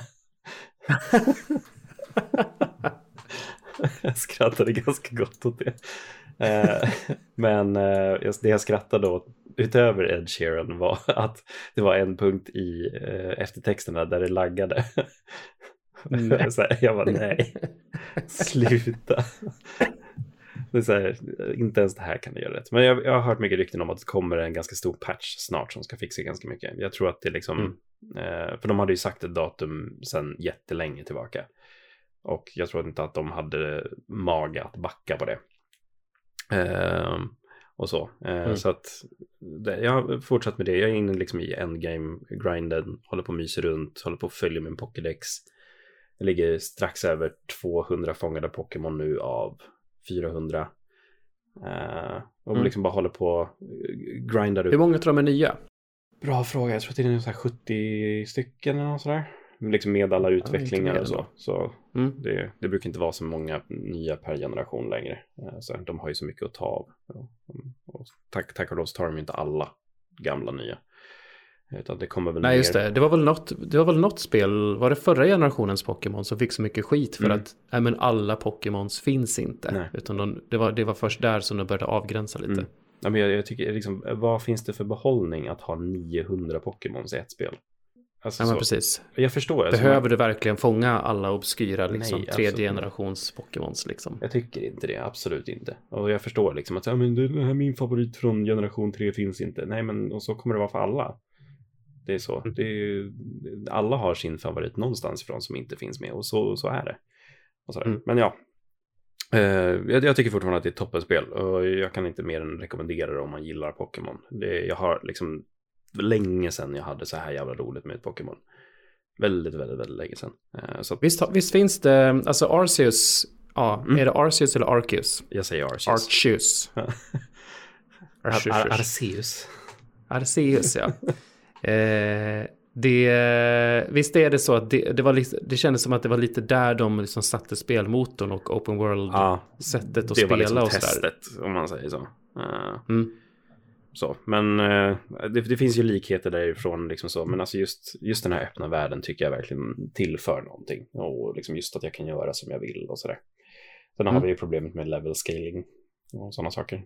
Jag skrattade ganska gott åt det. Men det jag skrattade åt utöver Ed Sheeran var att det var en punkt i eftertexterna där det laggade. Så här, jag var nej, sluta. Det är så här, inte ens det här kan det göra rätt. Men jag har hört mycket rykten om att det kommer en ganska stor patch snart som ska fixa ganska mycket. Jag tror att det liksom för de hade ju sagt ett datum sedan jättelänge tillbaka. Och jag tror inte att de hade mage att backa på det. Och så. Så att jag har fortsatt med det. Jag är inne liksom i endgame-grinden. Håller på att mysa runt. Håller på att följa min Pokédex. Jag ligger strax över 200 fångade Pokémon nu av 400. Och liksom bara håller på att grinda upp. Hur många tror de är nya? Bra fråga. Jag tror att det är så här 70 stycken eller något sådär. Liksom med alla utvecklingar och så. Så det brukar inte vara så många nya per generation längre. Så de har ju så mycket att ta av. Och tack och lov så tar de inte alla gamla nya. Utan det kommer väl nej, just det. Det var väl något spel, var det förra generationens Pokémon som fick så mycket skit för att men alla Pokémons finns inte. Nej. Utan det var först där som de började avgränsa lite. Ja, men jag tycker liksom, vad finns det för behållning att ha 900 Pokémons i ett spel? Alltså, ja, men precis. Jag förstår. Behöver du verkligen fånga alla obskyra liksom, tredje generations Pokémons liksom? Jag tycker inte det, absolut inte. Och jag förstår liksom att men det här min favorit från generation 3 finns inte. Nej, men och så kommer det vara för alla. Det är så. Det är, alla har sin favorit någonstans ifrån som inte finns med. Och så är det. Och men ja. Jag tycker fortfarande att det är ett toppenspel. Och jag kan inte mer än rekommendera det om man gillar Pokémon. Jag har liksom länge sedan jag hade så här jävla roligt med ett Pokémon. Väldigt, väldigt, väldigt länge sedan. Så visst finns det, alltså Arceus, är det Arceus eller Arceus? Jag säger Arceus. Arceus. Arceus, ja. Visst är det så att det kändes som att det var lite där de liksom satte spelmotorn och open world sättet att spela liksom och testet, om man säger så. Så, men det finns ju likheter därifrån liksom så, men alltså just den här öppna världen tycker jag verkligen tillför någonting och liksom just att jag kan göra som jag vill och sådär. Sen har vi ju problemet med level scaling och sådana saker.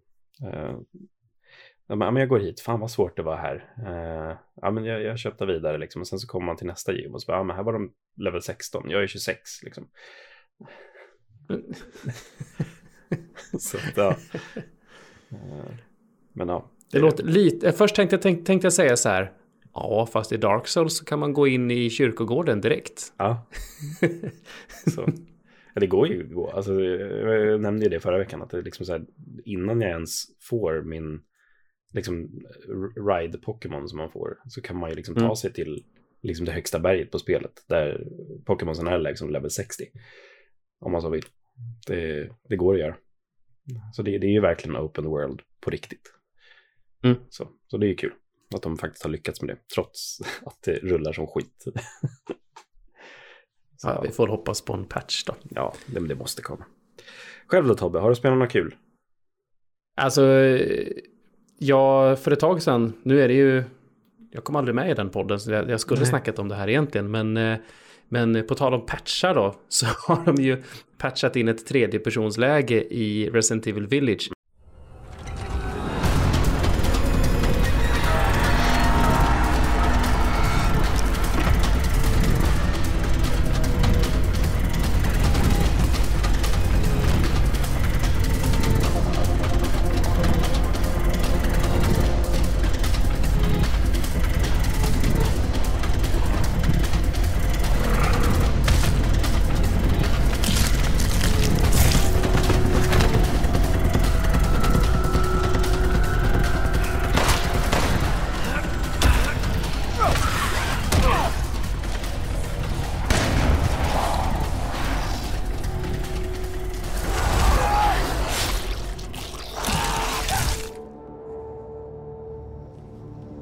Men jag går hit, fan vad svårt det var här. Men jag köpte vidare liksom, och sen så kommer man till nästa gym och så bara, men här var de level 16, jag är 26 liksom. Så ja. Men ja. Det låter lite, först tänkte jag säga så här, fast i Dark Souls så kan man gå in i kyrkogården direkt. Ja. Så. Ja, det går ju att gå. Alltså, jag nämnde ju det förra veckan att det liksom så här, innan jag ens får min liksom ride Pokémon som man får, så kan man ju liksom ta sig till liksom det högsta berget på spelet där Pokémonsen är liksom level 60 om man så vill. Det går att göra. Så det är ju verkligen open world på riktigt. Så det är ju kul att de faktiskt har lyckats med det trots att det rullar som skit. Ja, vi får hoppas på en patch då. Ja, det måste komma. Själv då Tobbe, har du spelat något kul? Alltså för ett tag sedan, nu är det ju, jag kom aldrig med i den podden så jag skulle snackat om det här egentligen, men på tal om patchar då, så har de ju patchat in ett tredjepersonsläge i Resident Evil Village.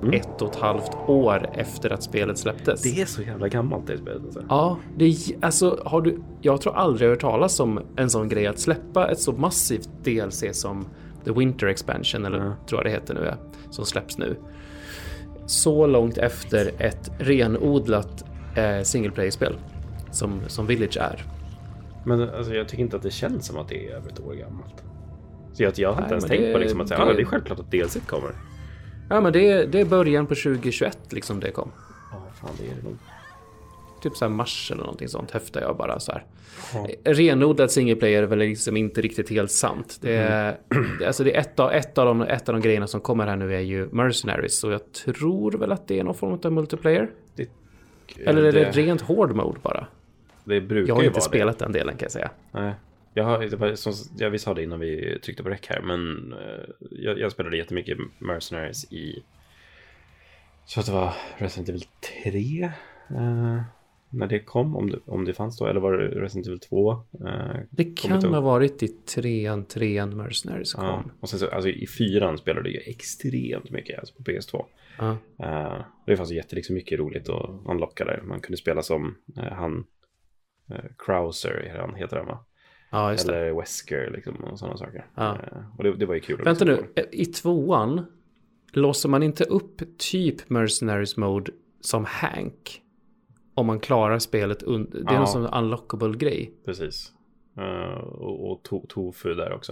1,5 år efter att spelet släpptes. Det är så jävla gammalt det spelet. Alltså. Ja, jag tror aldrig jag har hört talas om en sån grej att släppa ett så massivt DLC som The Winter Expansion, eller tror jag det heter nu, som släpps nu. Så långt efter ett renodlat single player-spel som Village är. Men alltså, jag tycker inte att det känns som att det är över ett år gammalt. Så jag har inte ens tänkt på liksom att säga, det är självklart att DLC kommer. Ja, men det är början på 2021 liksom det kom. Ja, fan det är det nog. Typ så här mars eller någonting sånt häftar jag bara så här. Renodlad single player är väl liksom inte riktigt helt sant. Det är ett av de grejerna som kommer här nu är ju Mercenaries, så jag tror väl att det är någon form av multiplayer. Eller är det rent hård mode bara? Det brukar jag har ju inte vara spelat den delen kan jag säga. Nej. Vi sa det innan vi tryckte på räck här, men jag spelade jättemycket Mercenaries i, så att det var Resident Evil 3 när det kom, om det fanns då, eller var det Resident Evil 2? Det kan ha varit i 3 Mercenaries kom. Ja. Och sen så, alltså i 4 spelade jag extremt mycket alltså på PS2. Det fanns jättemycket roligt att unlocka där. Man kunde spela som Krauser heter han va? Ja, just eller det. Wesker liksom, och sådana saker. Ja. Och det var ju kul. Vänta nu, i 2 låser man inte upp typ Mercenaries mode som Hank om man klarar spelet det är någon sån unlockable grej. Precis. Och Tofu där också.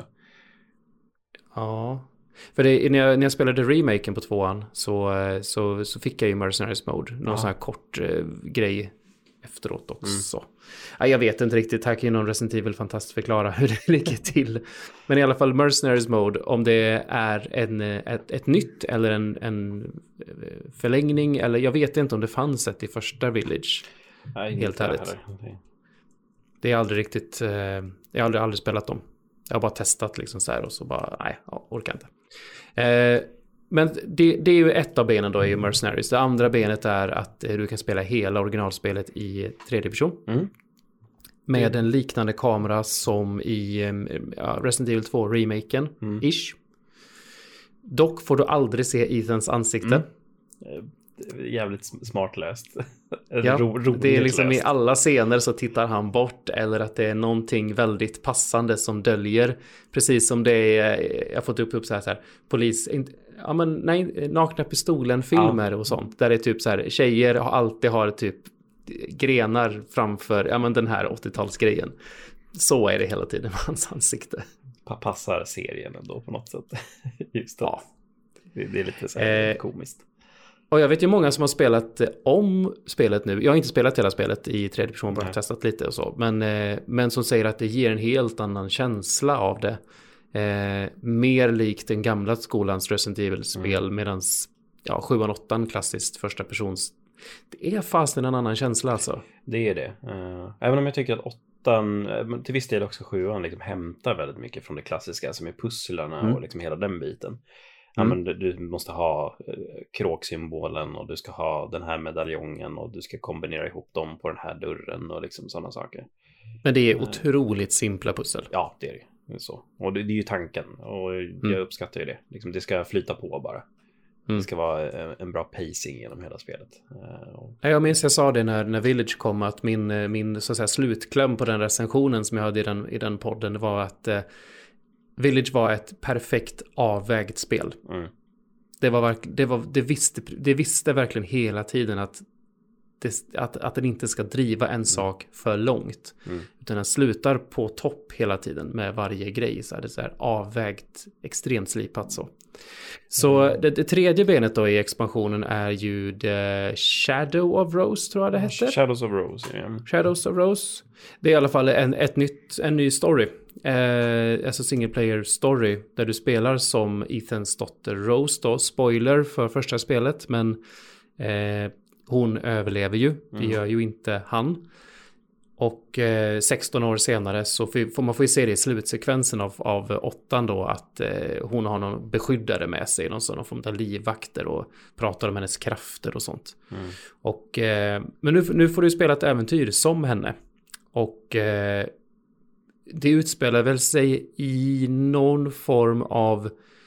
Ja. För när jag spelade remaken på 2 så fick jag ju Mercenaries mode. Någon sån här kort grej efteråt också. Jag vet inte riktigt. Här kan ju någon Resident Evil fantastiskt förklara hur det ligger till. Men i alla fall Mercenaries mode, om det är ett nytt eller en förlängning, eller jag vet inte om det fanns ett i första Village. Nej, helt ärligt. Det är aldrig riktigt, jag har aldrig spelat dem. Jag har bara testat liksom så här och så bara, nej, orkar inte. Men det är ju ett av benen då, är ju Mercenaries. Det andra benet är att du kan spela hela originalspelet i 3D person. Med en liknande kamera som i Resident Evil 2 remaken ish. Dock får du aldrig se Ethans ansikte. Jävligt smart löst. Det är liksom löst. I alla scener så tittar han bort, eller att det är någonting väldigt passande som döljer, precis som det är, jag har fått upp så här polis, nakna pistolen filmer och sånt, där det är typ så här, tjejer alltid har typ grenar framför den här 80-talsgrejen. Så är det hela tiden med hans ansikte. Passar serien ändå på något sätt. Just det. Ja. Det är lite så här komiskt. Och jag vet ju många som har spelat om spelet nu. Jag har inte spelat hela spelet i 3D person, bara testat lite och så. Men som säger att det ger en helt annan känsla av det. Mer likt den gamla skolans Resident Evil-spel. Medan 7 och 8 klassiskt första persons. Det är fast en annan känsla alltså. Det är det. Även om jag tycker att 8, till viss del också 7 liksom hämtar väldigt mycket från det klassiska som är pusslarna och liksom hela den biten. Men du måste ha kråksymbolen och du ska ha den här medaljongen och du ska kombinera ihop dem på den här dörren och liksom sådana saker. Men det är otroligt simpla pussel. Ja, det är det. Det är så. Och det är ju tanken. Och jag uppskattar ju det. Liksom, det ska flyta på bara. Det ska vara en bra pacing genom hela spelet. Jag minns jag sa det när Village kom, att min så att säga, slutkläm på den recensionen som jag hade i den podden var att Village var ett perfekt avvägt spel. Det visste verkligen hela tiden att den inte ska driva en sak för långt. Utan den slutar på topp hela tiden med varje grej. Så är det så här avvägt, extremt slipat så. Så det tredje benet då i expansionen är ju The Shadow of Rose, tror jag det heter. Shadows of Rose, yeah. Shadows of Rose. Det är i alla fall en ny story. Alltså single player story, där du spelar som Ethans dotter Rose då. Spoiler för första spelet, men hon överlever ju. Det gör ju inte han. Och 16 år senare så får man ju se det i slutsekvensen av 8 då, att hon har någon beskyddare med sig, någon sån form av livvakter, och pratar om hennes krafter och sånt. Och men nu får du spela ett äventyr som henne. Och det utspelar väl sig i någon form av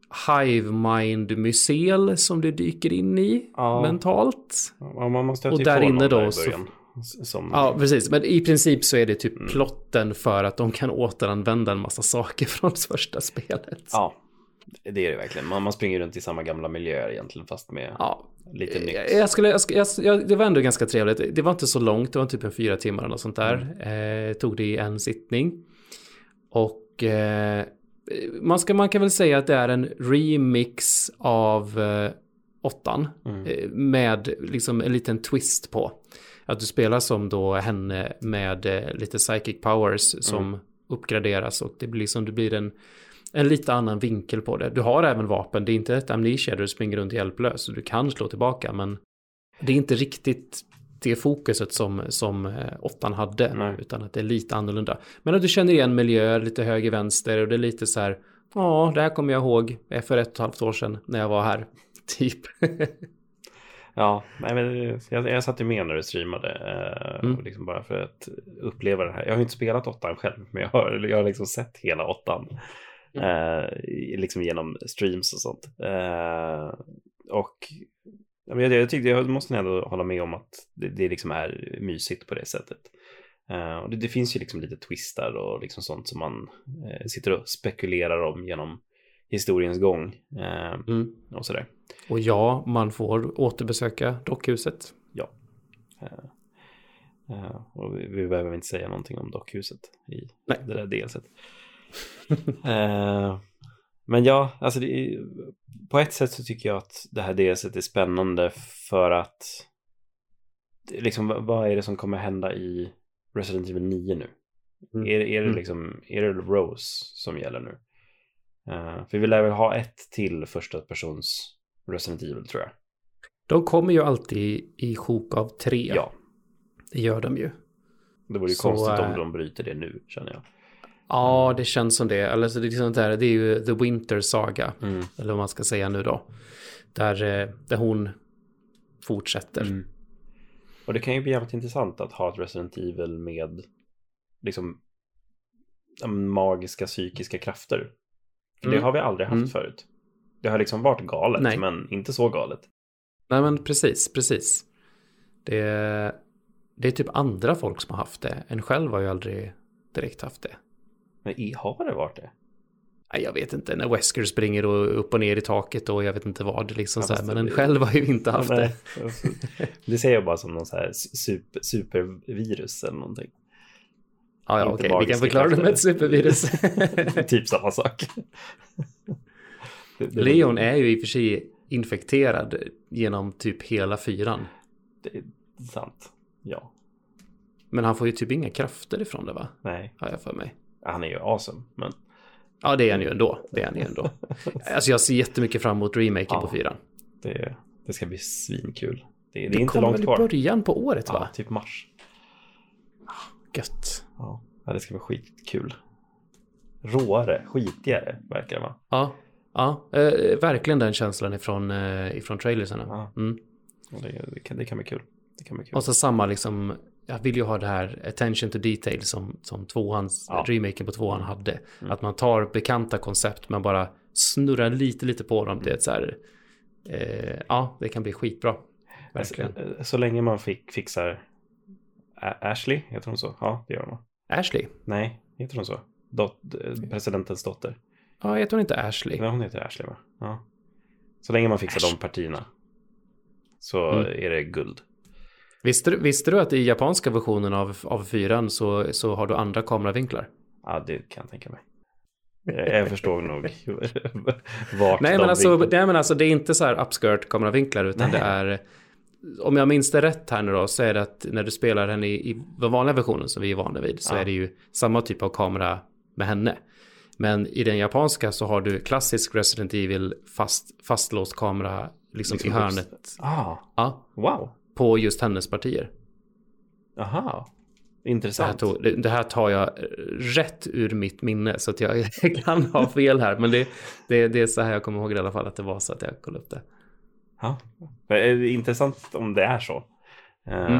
hive mind mycel som du dyker in i mentalt. Ja, man måste och där inne då Ja, precis. Men i princip så är det typ plotten för att de kan återanvända en massa saker från första spelet. Ja, det är det verkligen. Man springer runt i samma gamla miljöer egentligen, fast med lite nytt. Det var ändå ganska trevligt. Det var inte så långt, det var typ 4 timmar eller sånt där. Tog det i en sittning. Och man kan väl säga att det är en remix av 8 med liksom en liten twist på. Att du spelar som då henne med lite psychic powers som uppgraderas, och det blir en lite annan vinkel på det. Du har även vapen, det är inte ett amnesia där du springer runt hjälplös och du kan slå tillbaka, men det är inte riktigt det fokuset som 8 hade, utan att det är lite annorlunda. Men att du känner igen miljöer lite höger vänster, och det är lite så här, det här kommer jag ihåg för 1,5 år sedan när jag var här, typ. Ja, nej, men jag satt ju med när du streamade liksom bara för att uppleva det här. Jag har ju inte spelat 8 själv, men jag har liksom sett hela 8 liksom genom streams och sånt. Och jag måste ändå hålla med om att det liksom är mysigt på det sättet. Och det finns ju liksom lite twistar och liksom sånt som man sitter och spekulerar om genom historiens gång och sådär. Och man får återbesöka dockhuset. Ja. Och vi behöver inte säga någonting om dockhuset i det där delset. Men ja, alltså på ett sätt så tycker jag att det här delset är spännande för att liksom, vad är det som kommer hända i Resident Evil 9 nu? Är det liksom, är det Rose som gäller nu? För vi lär väl ha ett till första persons Resident Evil, tror jag. De kommer ju alltid i sjok av 3. Ja. Det gör de ju. Det vore ju konstigt om de bryter det nu, känner jag. Ja, det känns som det. Alltså, det är ju The Winter Saga, eller vad man ska säga nu då. Där hon fortsätter. Och det kan ju bli jävligt intressant att ha ett Resident Evil med liksom magiska psykiska krafter. För det har vi aldrig haft förut. Det har liksom varit galet, men inte så galet. Nej, men precis. Det är typ andra folk som har haft det. En själv har ju aldrig direkt haft det. Men har det varit det? Nej, jag vet inte. När Wesker springer upp och ner i taket och jag vet inte vad. Liksom så här. Men en själv har ju inte haft det. Det ser jag bara som någon så här supervirus eller någonting. Ja, okej. Vi kan förklara det med ett supervirus. Typ samma sak. Leon är ju i och för sig infekterad genom typ hela 4. Det är sant, ja. Men han får ju typ inga krafter ifrån det, va? Nej. Har jag för mig. Han är ju awesome, men... Ja, det är han ju ändå. Alltså jag ser jättemycket fram emot remaken på 4. Det ska bli svinkul. Det är inte långt kvar. Det kommer väl i början på året, va? Ja, typ mars. Gött. Ja, det ska bli skitkul. Råare, skitigare verkar det vara. Ja, verkligen den känslan ifrån trailersarna. Ja. Det kan bli kul. Och så samma liksom, jag vill ju ha det här attention to detail som 2:ans remaken på 2:an hade. Att man tar bekanta koncept men bara snurrar lite på dem. Det är så här, det kan bli skitbra. Verkligen. Så länge man fixar Ashley, heter hon så? Ja, det gör hon. Ashley? Nej, heter hon så? Presidentens dotter. Ja, heter hon inte Ashley? Nej, hon heter Ashley, va? Ja. Så länge man fixar de partierna så är det guld. Visste du att i japanska versionen av 4 så har du andra kameravinklar? Ja, det kan jag tänka mig. Jag förstår nog vart nej, men alltså det är inte så här upskirt kameravinklar, utan det är, om jag minns det rätt här nu då, så är det att när du spelar henne i den vanliga versionen som vi är vana vid, så är det ju samma typ av kamera med henne. Men i den japanska så har du klassisk Resident Evil fastlåst kamera liksom i hörnet. Wow. På just hennes partier. Aha. Intressant. Det här tar jag rätt ur mitt minne, så att jag kan ha fel här. Men det är så här jag kommer ihåg i alla fall, att det var så att jag kollade upp det. Ja. Det är intressant om det är så.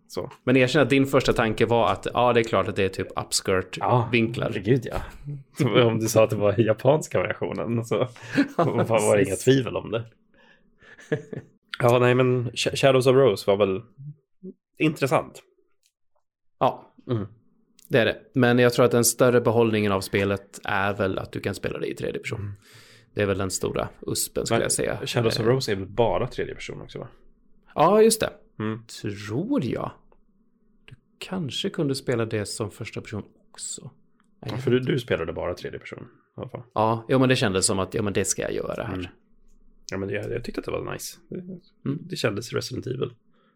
Så. Men erkänn att din första tanke var att det är klart att det är typ upskirt-vinklar. Gud ja. Så om du sa att det var japanska versionen så var det inga tvivel om det. Ja, nej, men Shadows of Rose var väl intressant. Ja, det är det. Men jag tror att den större behållningen av spelet är väl att du kan spela det i tredje person. Det är väl den stora uspen skulle jag säga. Shadows of Rose är väl bara tredje person också, va? Ja, just det. Tror jag. Du kanske kunde spela det som första person också. Ja, för du spelade bara tredje person i alla fall. Ja, men det kändes som att men det ska jag göra här. Ja, men jag tyckte att det var nice. Det kändes Resident Evil.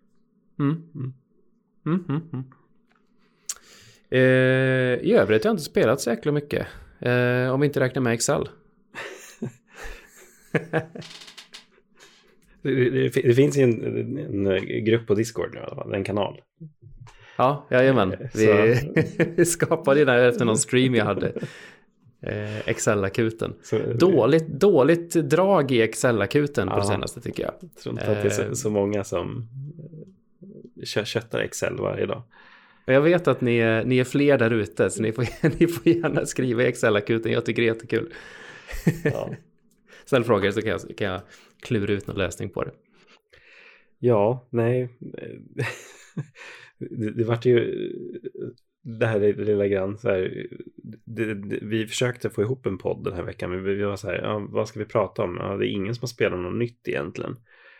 I övrigt har jag inte spelat så jäkla mycket. Om vi inte räknar med Excel. Det finns ju en grupp på Discord nu i alla fall, en kanal. Ja, jajamän. Vi skapade det där efter någon stream jag hade. Excel-akuten. Dåligt drag i Excel-akuten på det senaste, tycker jag. Jag tror inte att det är så många som köttar Excel varje dag. Jag vet att ni är fler där ute, så ni får gärna skriva i Excel-akuten. Jag tycker det är jättekul. Ja. Ställ frågor så kan jag klura ut någon lösning på det. Ja, nej. Det vart ju det här lilla grann så här, vi försökte få ihop en podd den här veckan, men vi var så här, vad ska vi prata om? Ja, det är ingen som har spelat något nytt egentligen.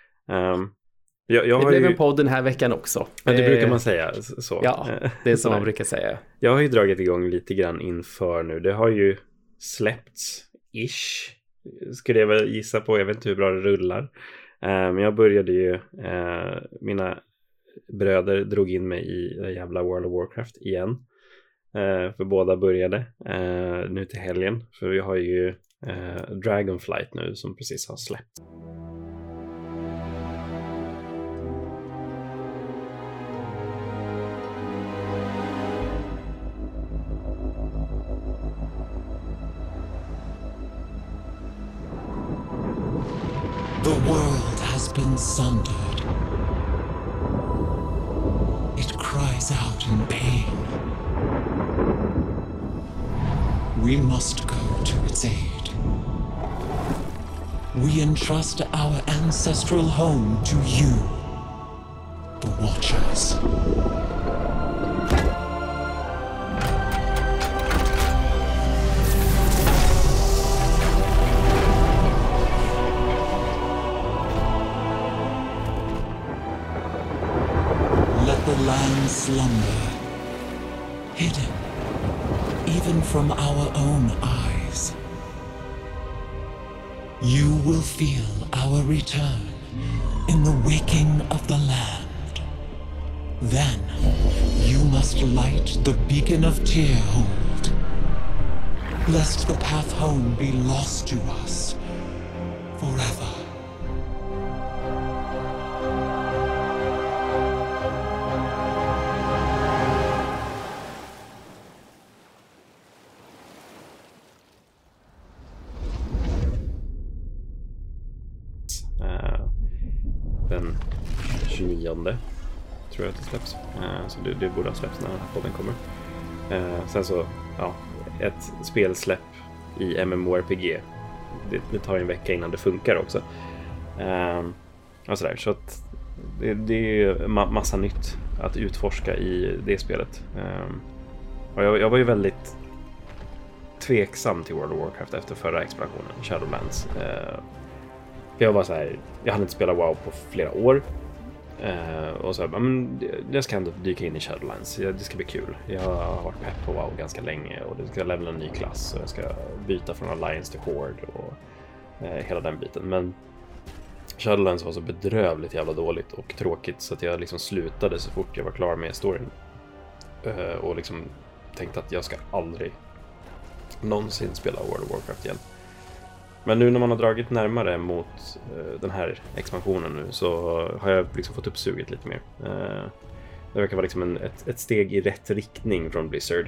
Det blev en podd den här veckan också. Men det brukar man säga så. Ja, det är som man brukar säga. Jag har ju dragit igång lite grann inför nu. Det har ju släppts skulle jag väl gissa på. Jag vet inte hur bra det rullar. Men jag började ju mina bröder drog in mig i det jävla World of Warcraft igen. För båda började nu till helgen. För vi har ju Dragonflight nu som precis har släppt. The world has been sundered. It cries out in pain. We must go to its aid. We entrust our ancestral home to you, the Watchers. The land slumber, hidden even from our own eyes. You will feel our return in the waking of the land. Then you must light the beacon of Tearhold, lest the path home be lost to us forever. Den 29 tror jag att det släpps. Så det borde ha släppts när den här podden kommer. Sen så, ett spelsläpp i MMORPG. Det tar en vecka innan det funkar också. Och sådär. Så att det är massa nytt att utforska i det spelet. Och jag var ju väldigt tveksam till World of Warcraft efter förra expansionen, Shadowlands. Jag var så här, jag hade inte spelat WoW på flera år. Och så men jag ska ändå dyka in i Shadowlands. Det ska bli kul. Jag har varit pepp på WoW ganska länge och det ska levela en ny klass och jag ska byta från Alliance till Horde och hela den biten. Men Shadowlands var så bedrövligt jävla dåligt och tråkigt så att jag liksom slutade så fort jag var klar med storyn. Och liksom tänkte att jag ska aldrig någonsin spela World of Warcraft igen. Men nu när man har dragit närmare mot den här expansionen nu så har jag liksom fått upp suget lite mer. Det verkar vara liksom ett steg i rätt riktning från Blizzard.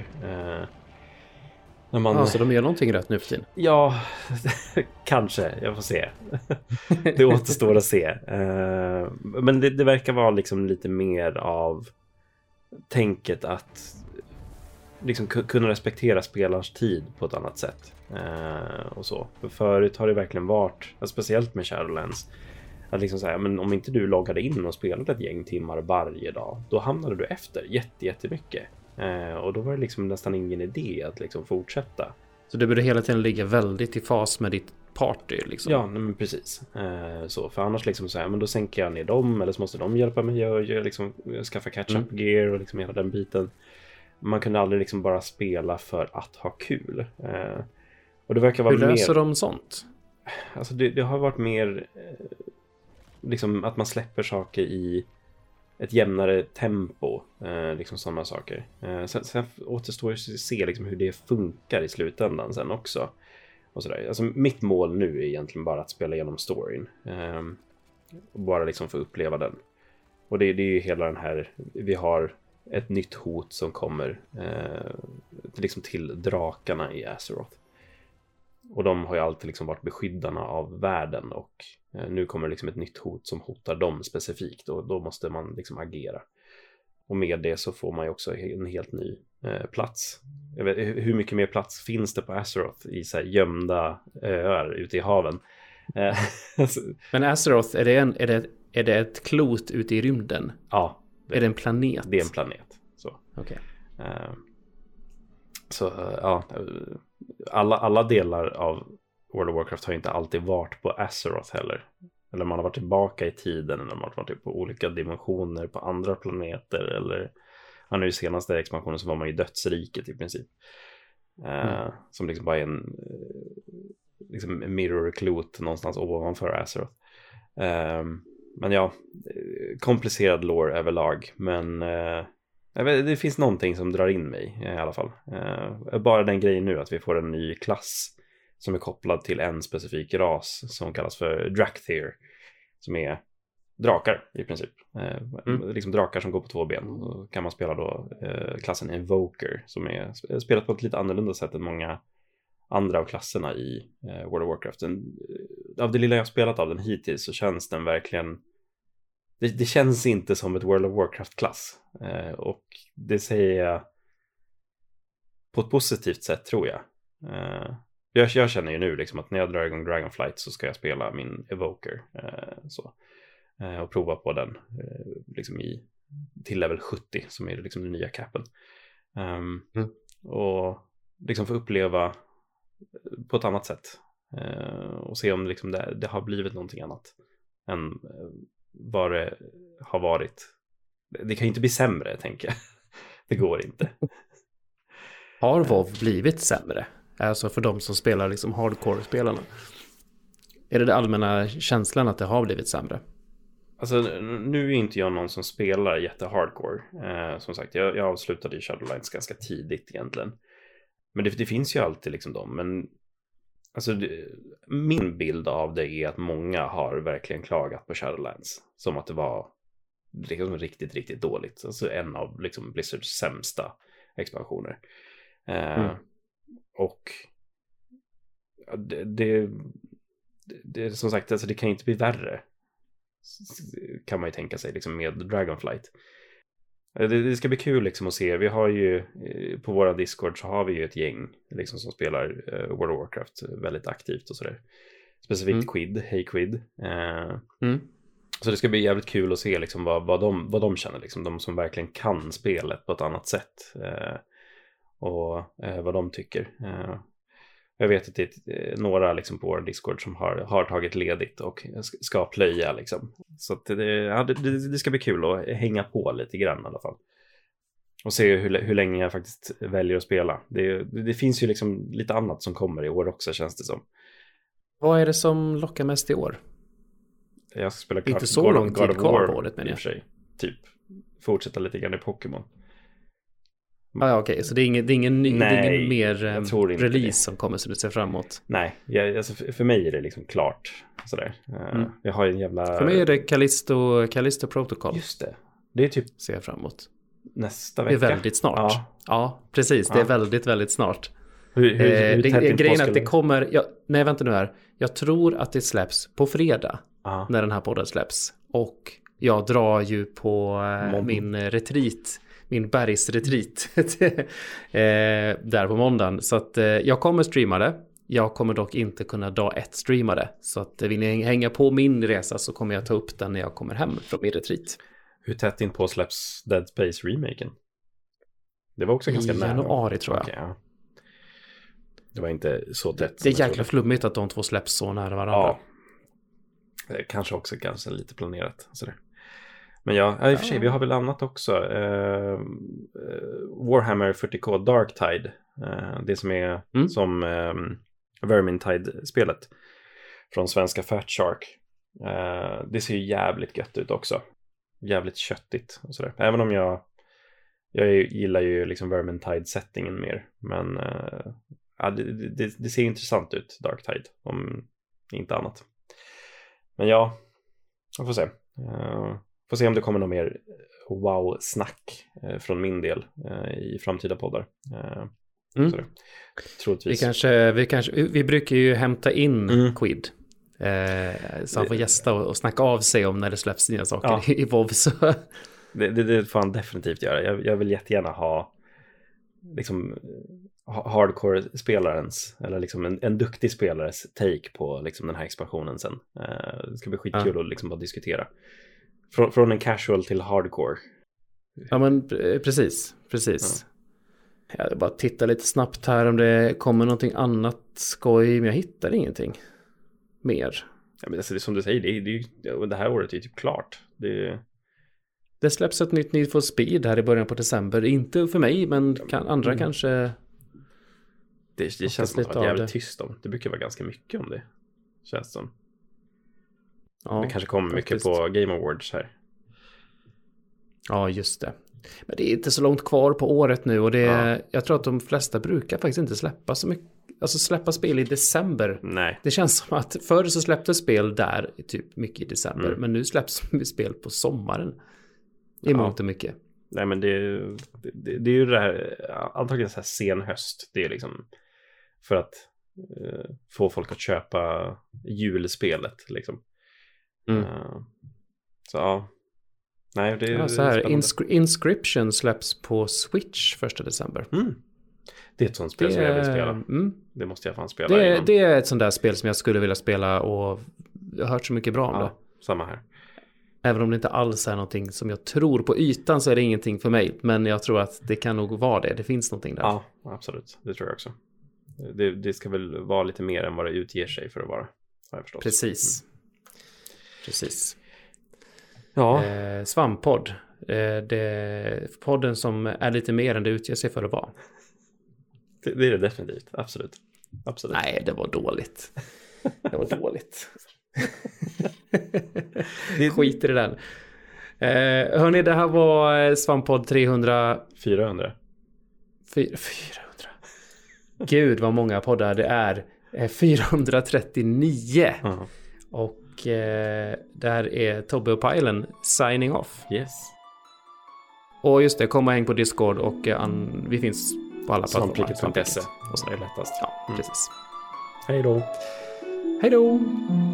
Så de gör någonting rätt nu för tiden? Ja, kanske. Jag får se. Det återstår att se. Men det verkar vara liksom lite mer av tänket att liksom kunna respektera spelarens tid på ett annat sätt. Och så. För förut har det verkligen varit, speciellt med Shadowlands, att liksom säga, men om inte du loggade in och spelade ett gäng timmar varje dag, då hamnade du efter jättemycket. Och då var det liksom nästan ingen idé att liksom fortsätta. Så du borde hela tiden ligga väldigt i fas med ditt party liksom? Ja, men precis. Så, för annars liksom så här, men då sänker jag ner dem, eller så måste de hjälpa mig och liksom skaffa catch-up gear och liksom hela den biten. Man kunde aldrig liksom bara spela för att ha kul. Och det verkar vara hur löser de sånt? Alltså det har varit mer liksom att man släpper saker i ett jämnare tempo, liksom sådana saker. Sen återstår ju att se liksom hur det funkar i slutändan sen också. Och sådär. Alltså mitt mål nu är egentligen bara att spela igenom storyn. Och bara liksom få uppleva den. Och det är ju hela den här, vi har ett nytt hot som kommer liksom till drakarna i Azeroth. Och de har ju alltid liksom varit beskyddarna av världen, och nu kommer liksom ett nytt hot som hotar dem specifikt, och då måste man liksom agera. Och med det så får man ju också en helt ny plats. Jag vet, hur mycket mer plats finns det på Azeroth i så här gömda öar ute i haven? Men Azeroth, är det ett klot ute i rymden? Ja. Är det en planet? Det är en planet. Så. Okay. Så ja, alla delar av World of Warcraft har inte alltid varit på Azeroth heller. Eller man har varit tillbaka i tiden, eller man har varit på olika dimensioner på andra planeter, eller nu i senaste expansionen så var man i dödsriket i princip. Som liksom bara är en liksom mirror klot någonstans ovanför Azeroth. Men ja, komplicerad lore överlag, men det finns någonting som drar in mig i alla fall. Bara den grejen nu att vi får en ny klass som är kopplad till en specifik ras som kallas för Drakthir, som är drakar i princip. Liksom drakar som går på 2 ben. Då kan man spela då klassen Invoker, som är spelat på ett lite annorlunda sätt än många andra av klasserna i World of Warcraft. Av det lilla jag spelat av den hittills så känns den verkligen, det känns inte som ett World of Warcraft-klass. Och det säger jag på ett positivt sätt, tror jag. Jag känner ju nu liksom att när jag drar igång Dragonflight så ska jag spela min Evoker och prova på den liksom till level 70, som är liksom den nya capen. Och liksom få uppleva på ett annat sätt och se om liksom det har blivit någonting annat än vad det har varit. Det kan ju inte bli sämre, tänker jag. Det går inte. Har WoW blivit sämre? Alltså för de som spelar liksom hardcore-spelarna. Är det allmänna känslan att det har blivit sämre? Alltså nu är inte jag någon som spelar jätte-hardcore. Som sagt, jag avslutade i Shadowlands ganska tidigt egentligen. Men det finns ju alltid liksom dem. Men alltså, min bild av det är att många har verkligen klagat på Shadowlands. Som att det var liksom riktigt, riktigt dåligt. Alltså en av liksom Blizzards sämsta expansioner. Och det som sagt, alltså det kan inte bli värre, kan man ju tänka sig liksom med Dragonflight. Det ska bli kul liksom att se. Vi har ju på våra Discord så har vi ju ett gäng liksom som spelar World of Warcraft väldigt aktivt och sådär. Specifikt Quid, Hey Quid. Så det ska bli jävligt kul att se liksom vad de känner liksom, de som verkligen kan spelet på ett annat sätt. Och vad de tycker. Jag vet att det är några liksom på vår Discord som har tagit ledigt och ska plöja liksom. Så att det ska bli kul att hänga på lite grann i alla fall. Och se hur länge jag faktiskt väljer att spela. Det finns ju liksom lite annat som kommer i år också, känns det som. Vad är det som lockar mest i år? Jag ska spela inte så lång tid kvar på året, menar jag. Sig. Typ fortsätta lite grann i Pokémon. Okej. Så det är ingen mer release som kommer som du ser fram emot? Nej, alltså för mig är det liksom klart. Sådär. Jag har en jävla... För mig är det Callisto Protocol. Just det. Det är typ... Ser jag fram emot. Nästa vecka. Det är väldigt snart. Ja precis. Det är väldigt, väldigt snart. Hur grejen är att det kommer... Nej, vänta nu här. Jag tror att det släpps på fredag. När den här podden släpps. Och jag drar ju på min retreat min bergsretreat där på måndagen. Så att jag kommer streama det. Jag kommer dock inte kunna dag 1 streama det. Så att vill ni hänga på min resa så kommer jag ta upp den när jag kommer hem från min retreat. Hur tätt in på släpps Dead Space remaken? Det var också ganska nära. I januari tror jag. Okay, ja. Det var inte så tätt. Det är jäkla flummigt att de två släpps så nära varandra. Ja. Kanske också ganska lite planerat. Sådär. Men ja, i och för sig, vi har väl annat också. Warhammer 40K Dark Tide. Det som är som Vermintide-spelet från svenska Fat Shark. Det ser ju jävligt gött ut också. Jävligt köttigt och sådär. Även om jag gillar ju liksom Vermintide-settingen mer. Men det ser intressant ut, Dark Tide, om inte annat. Men ja, jag får se. Får se om det kommer något mer wow-snack från min del i framtida poddar. Troligtvis. Vi brukar ju hämta in Quid. Så han får gästa och snacka av sig om när det släpps nya saker i WoW. Så. Det får han definitivt göra. Jag vill jättegärna ha liksom hardcore-spelarens eller liksom en duktig spelares take på liksom den här expansionen sen. Det ska bli skitkul att liksom bara diskutera. Från en casual till hardcore. Ja, men precis. Jag bara tittar lite snabbt här om det kommer någonting annat skoj, men jag hittar ingenting mer. Ja, men alltså, det är som du säger, det här året är typ klart. Det släpps ett nytt Need for Speed här i början på december. Inte för mig, men andra kanske... Det känns som att det var jävligt tyst om. Det brukar vara ganska mycket om det. Känns som. Ja, det kanske kommer mycket på Game Awards här. Ja, just det. Men det är inte så långt kvar på året nu. Och jag tror att de flesta brukar faktiskt inte släppa så mycket. Alltså släppa spel i december. Nej. Det känns som att förr så släpptes spel där typ mycket i december. Men nu släpps spel på sommaren. I mångt och mycket. Nej, men det är ju det här, antagligen så här sen höst. Det är liksom för att få folk att köpa julspelet liksom. Så ja. Nej, det är så här, Inscription släpps på Switch 1 december. Det är ett sånt spel som jag vill spela. Det måste jag fan spela. Det är ett sånt där spel som jag skulle vilja spela och jag har hört så mycket bra om det. Samma här. Även om det inte alls är någonting som jag tror på ytan så är det ingenting för mig. Men jag tror att det kan nog vara det. Det finns någonting där. Ja, absolut. Det tror jag också. Det ska väl vara lite mer än vad det utger sig för att vara. Har jag förstått. Precis. Ja. Svamppodd. Det är podden som är lite mer än det utger sig för att vara. Det är det definitivt. Absolut. Nej, det var dåligt. Skit i det där. Hörrni, det här var Svamppodd 400. Gud vad många poddar det är. 439. Och där är Tobbe och Pajlen signing off. Yes. Och just det, kom och häng på Discord och vi finns på alla plattformar. Svampriket.se och så är det lättast. Ja, precis. Hej då.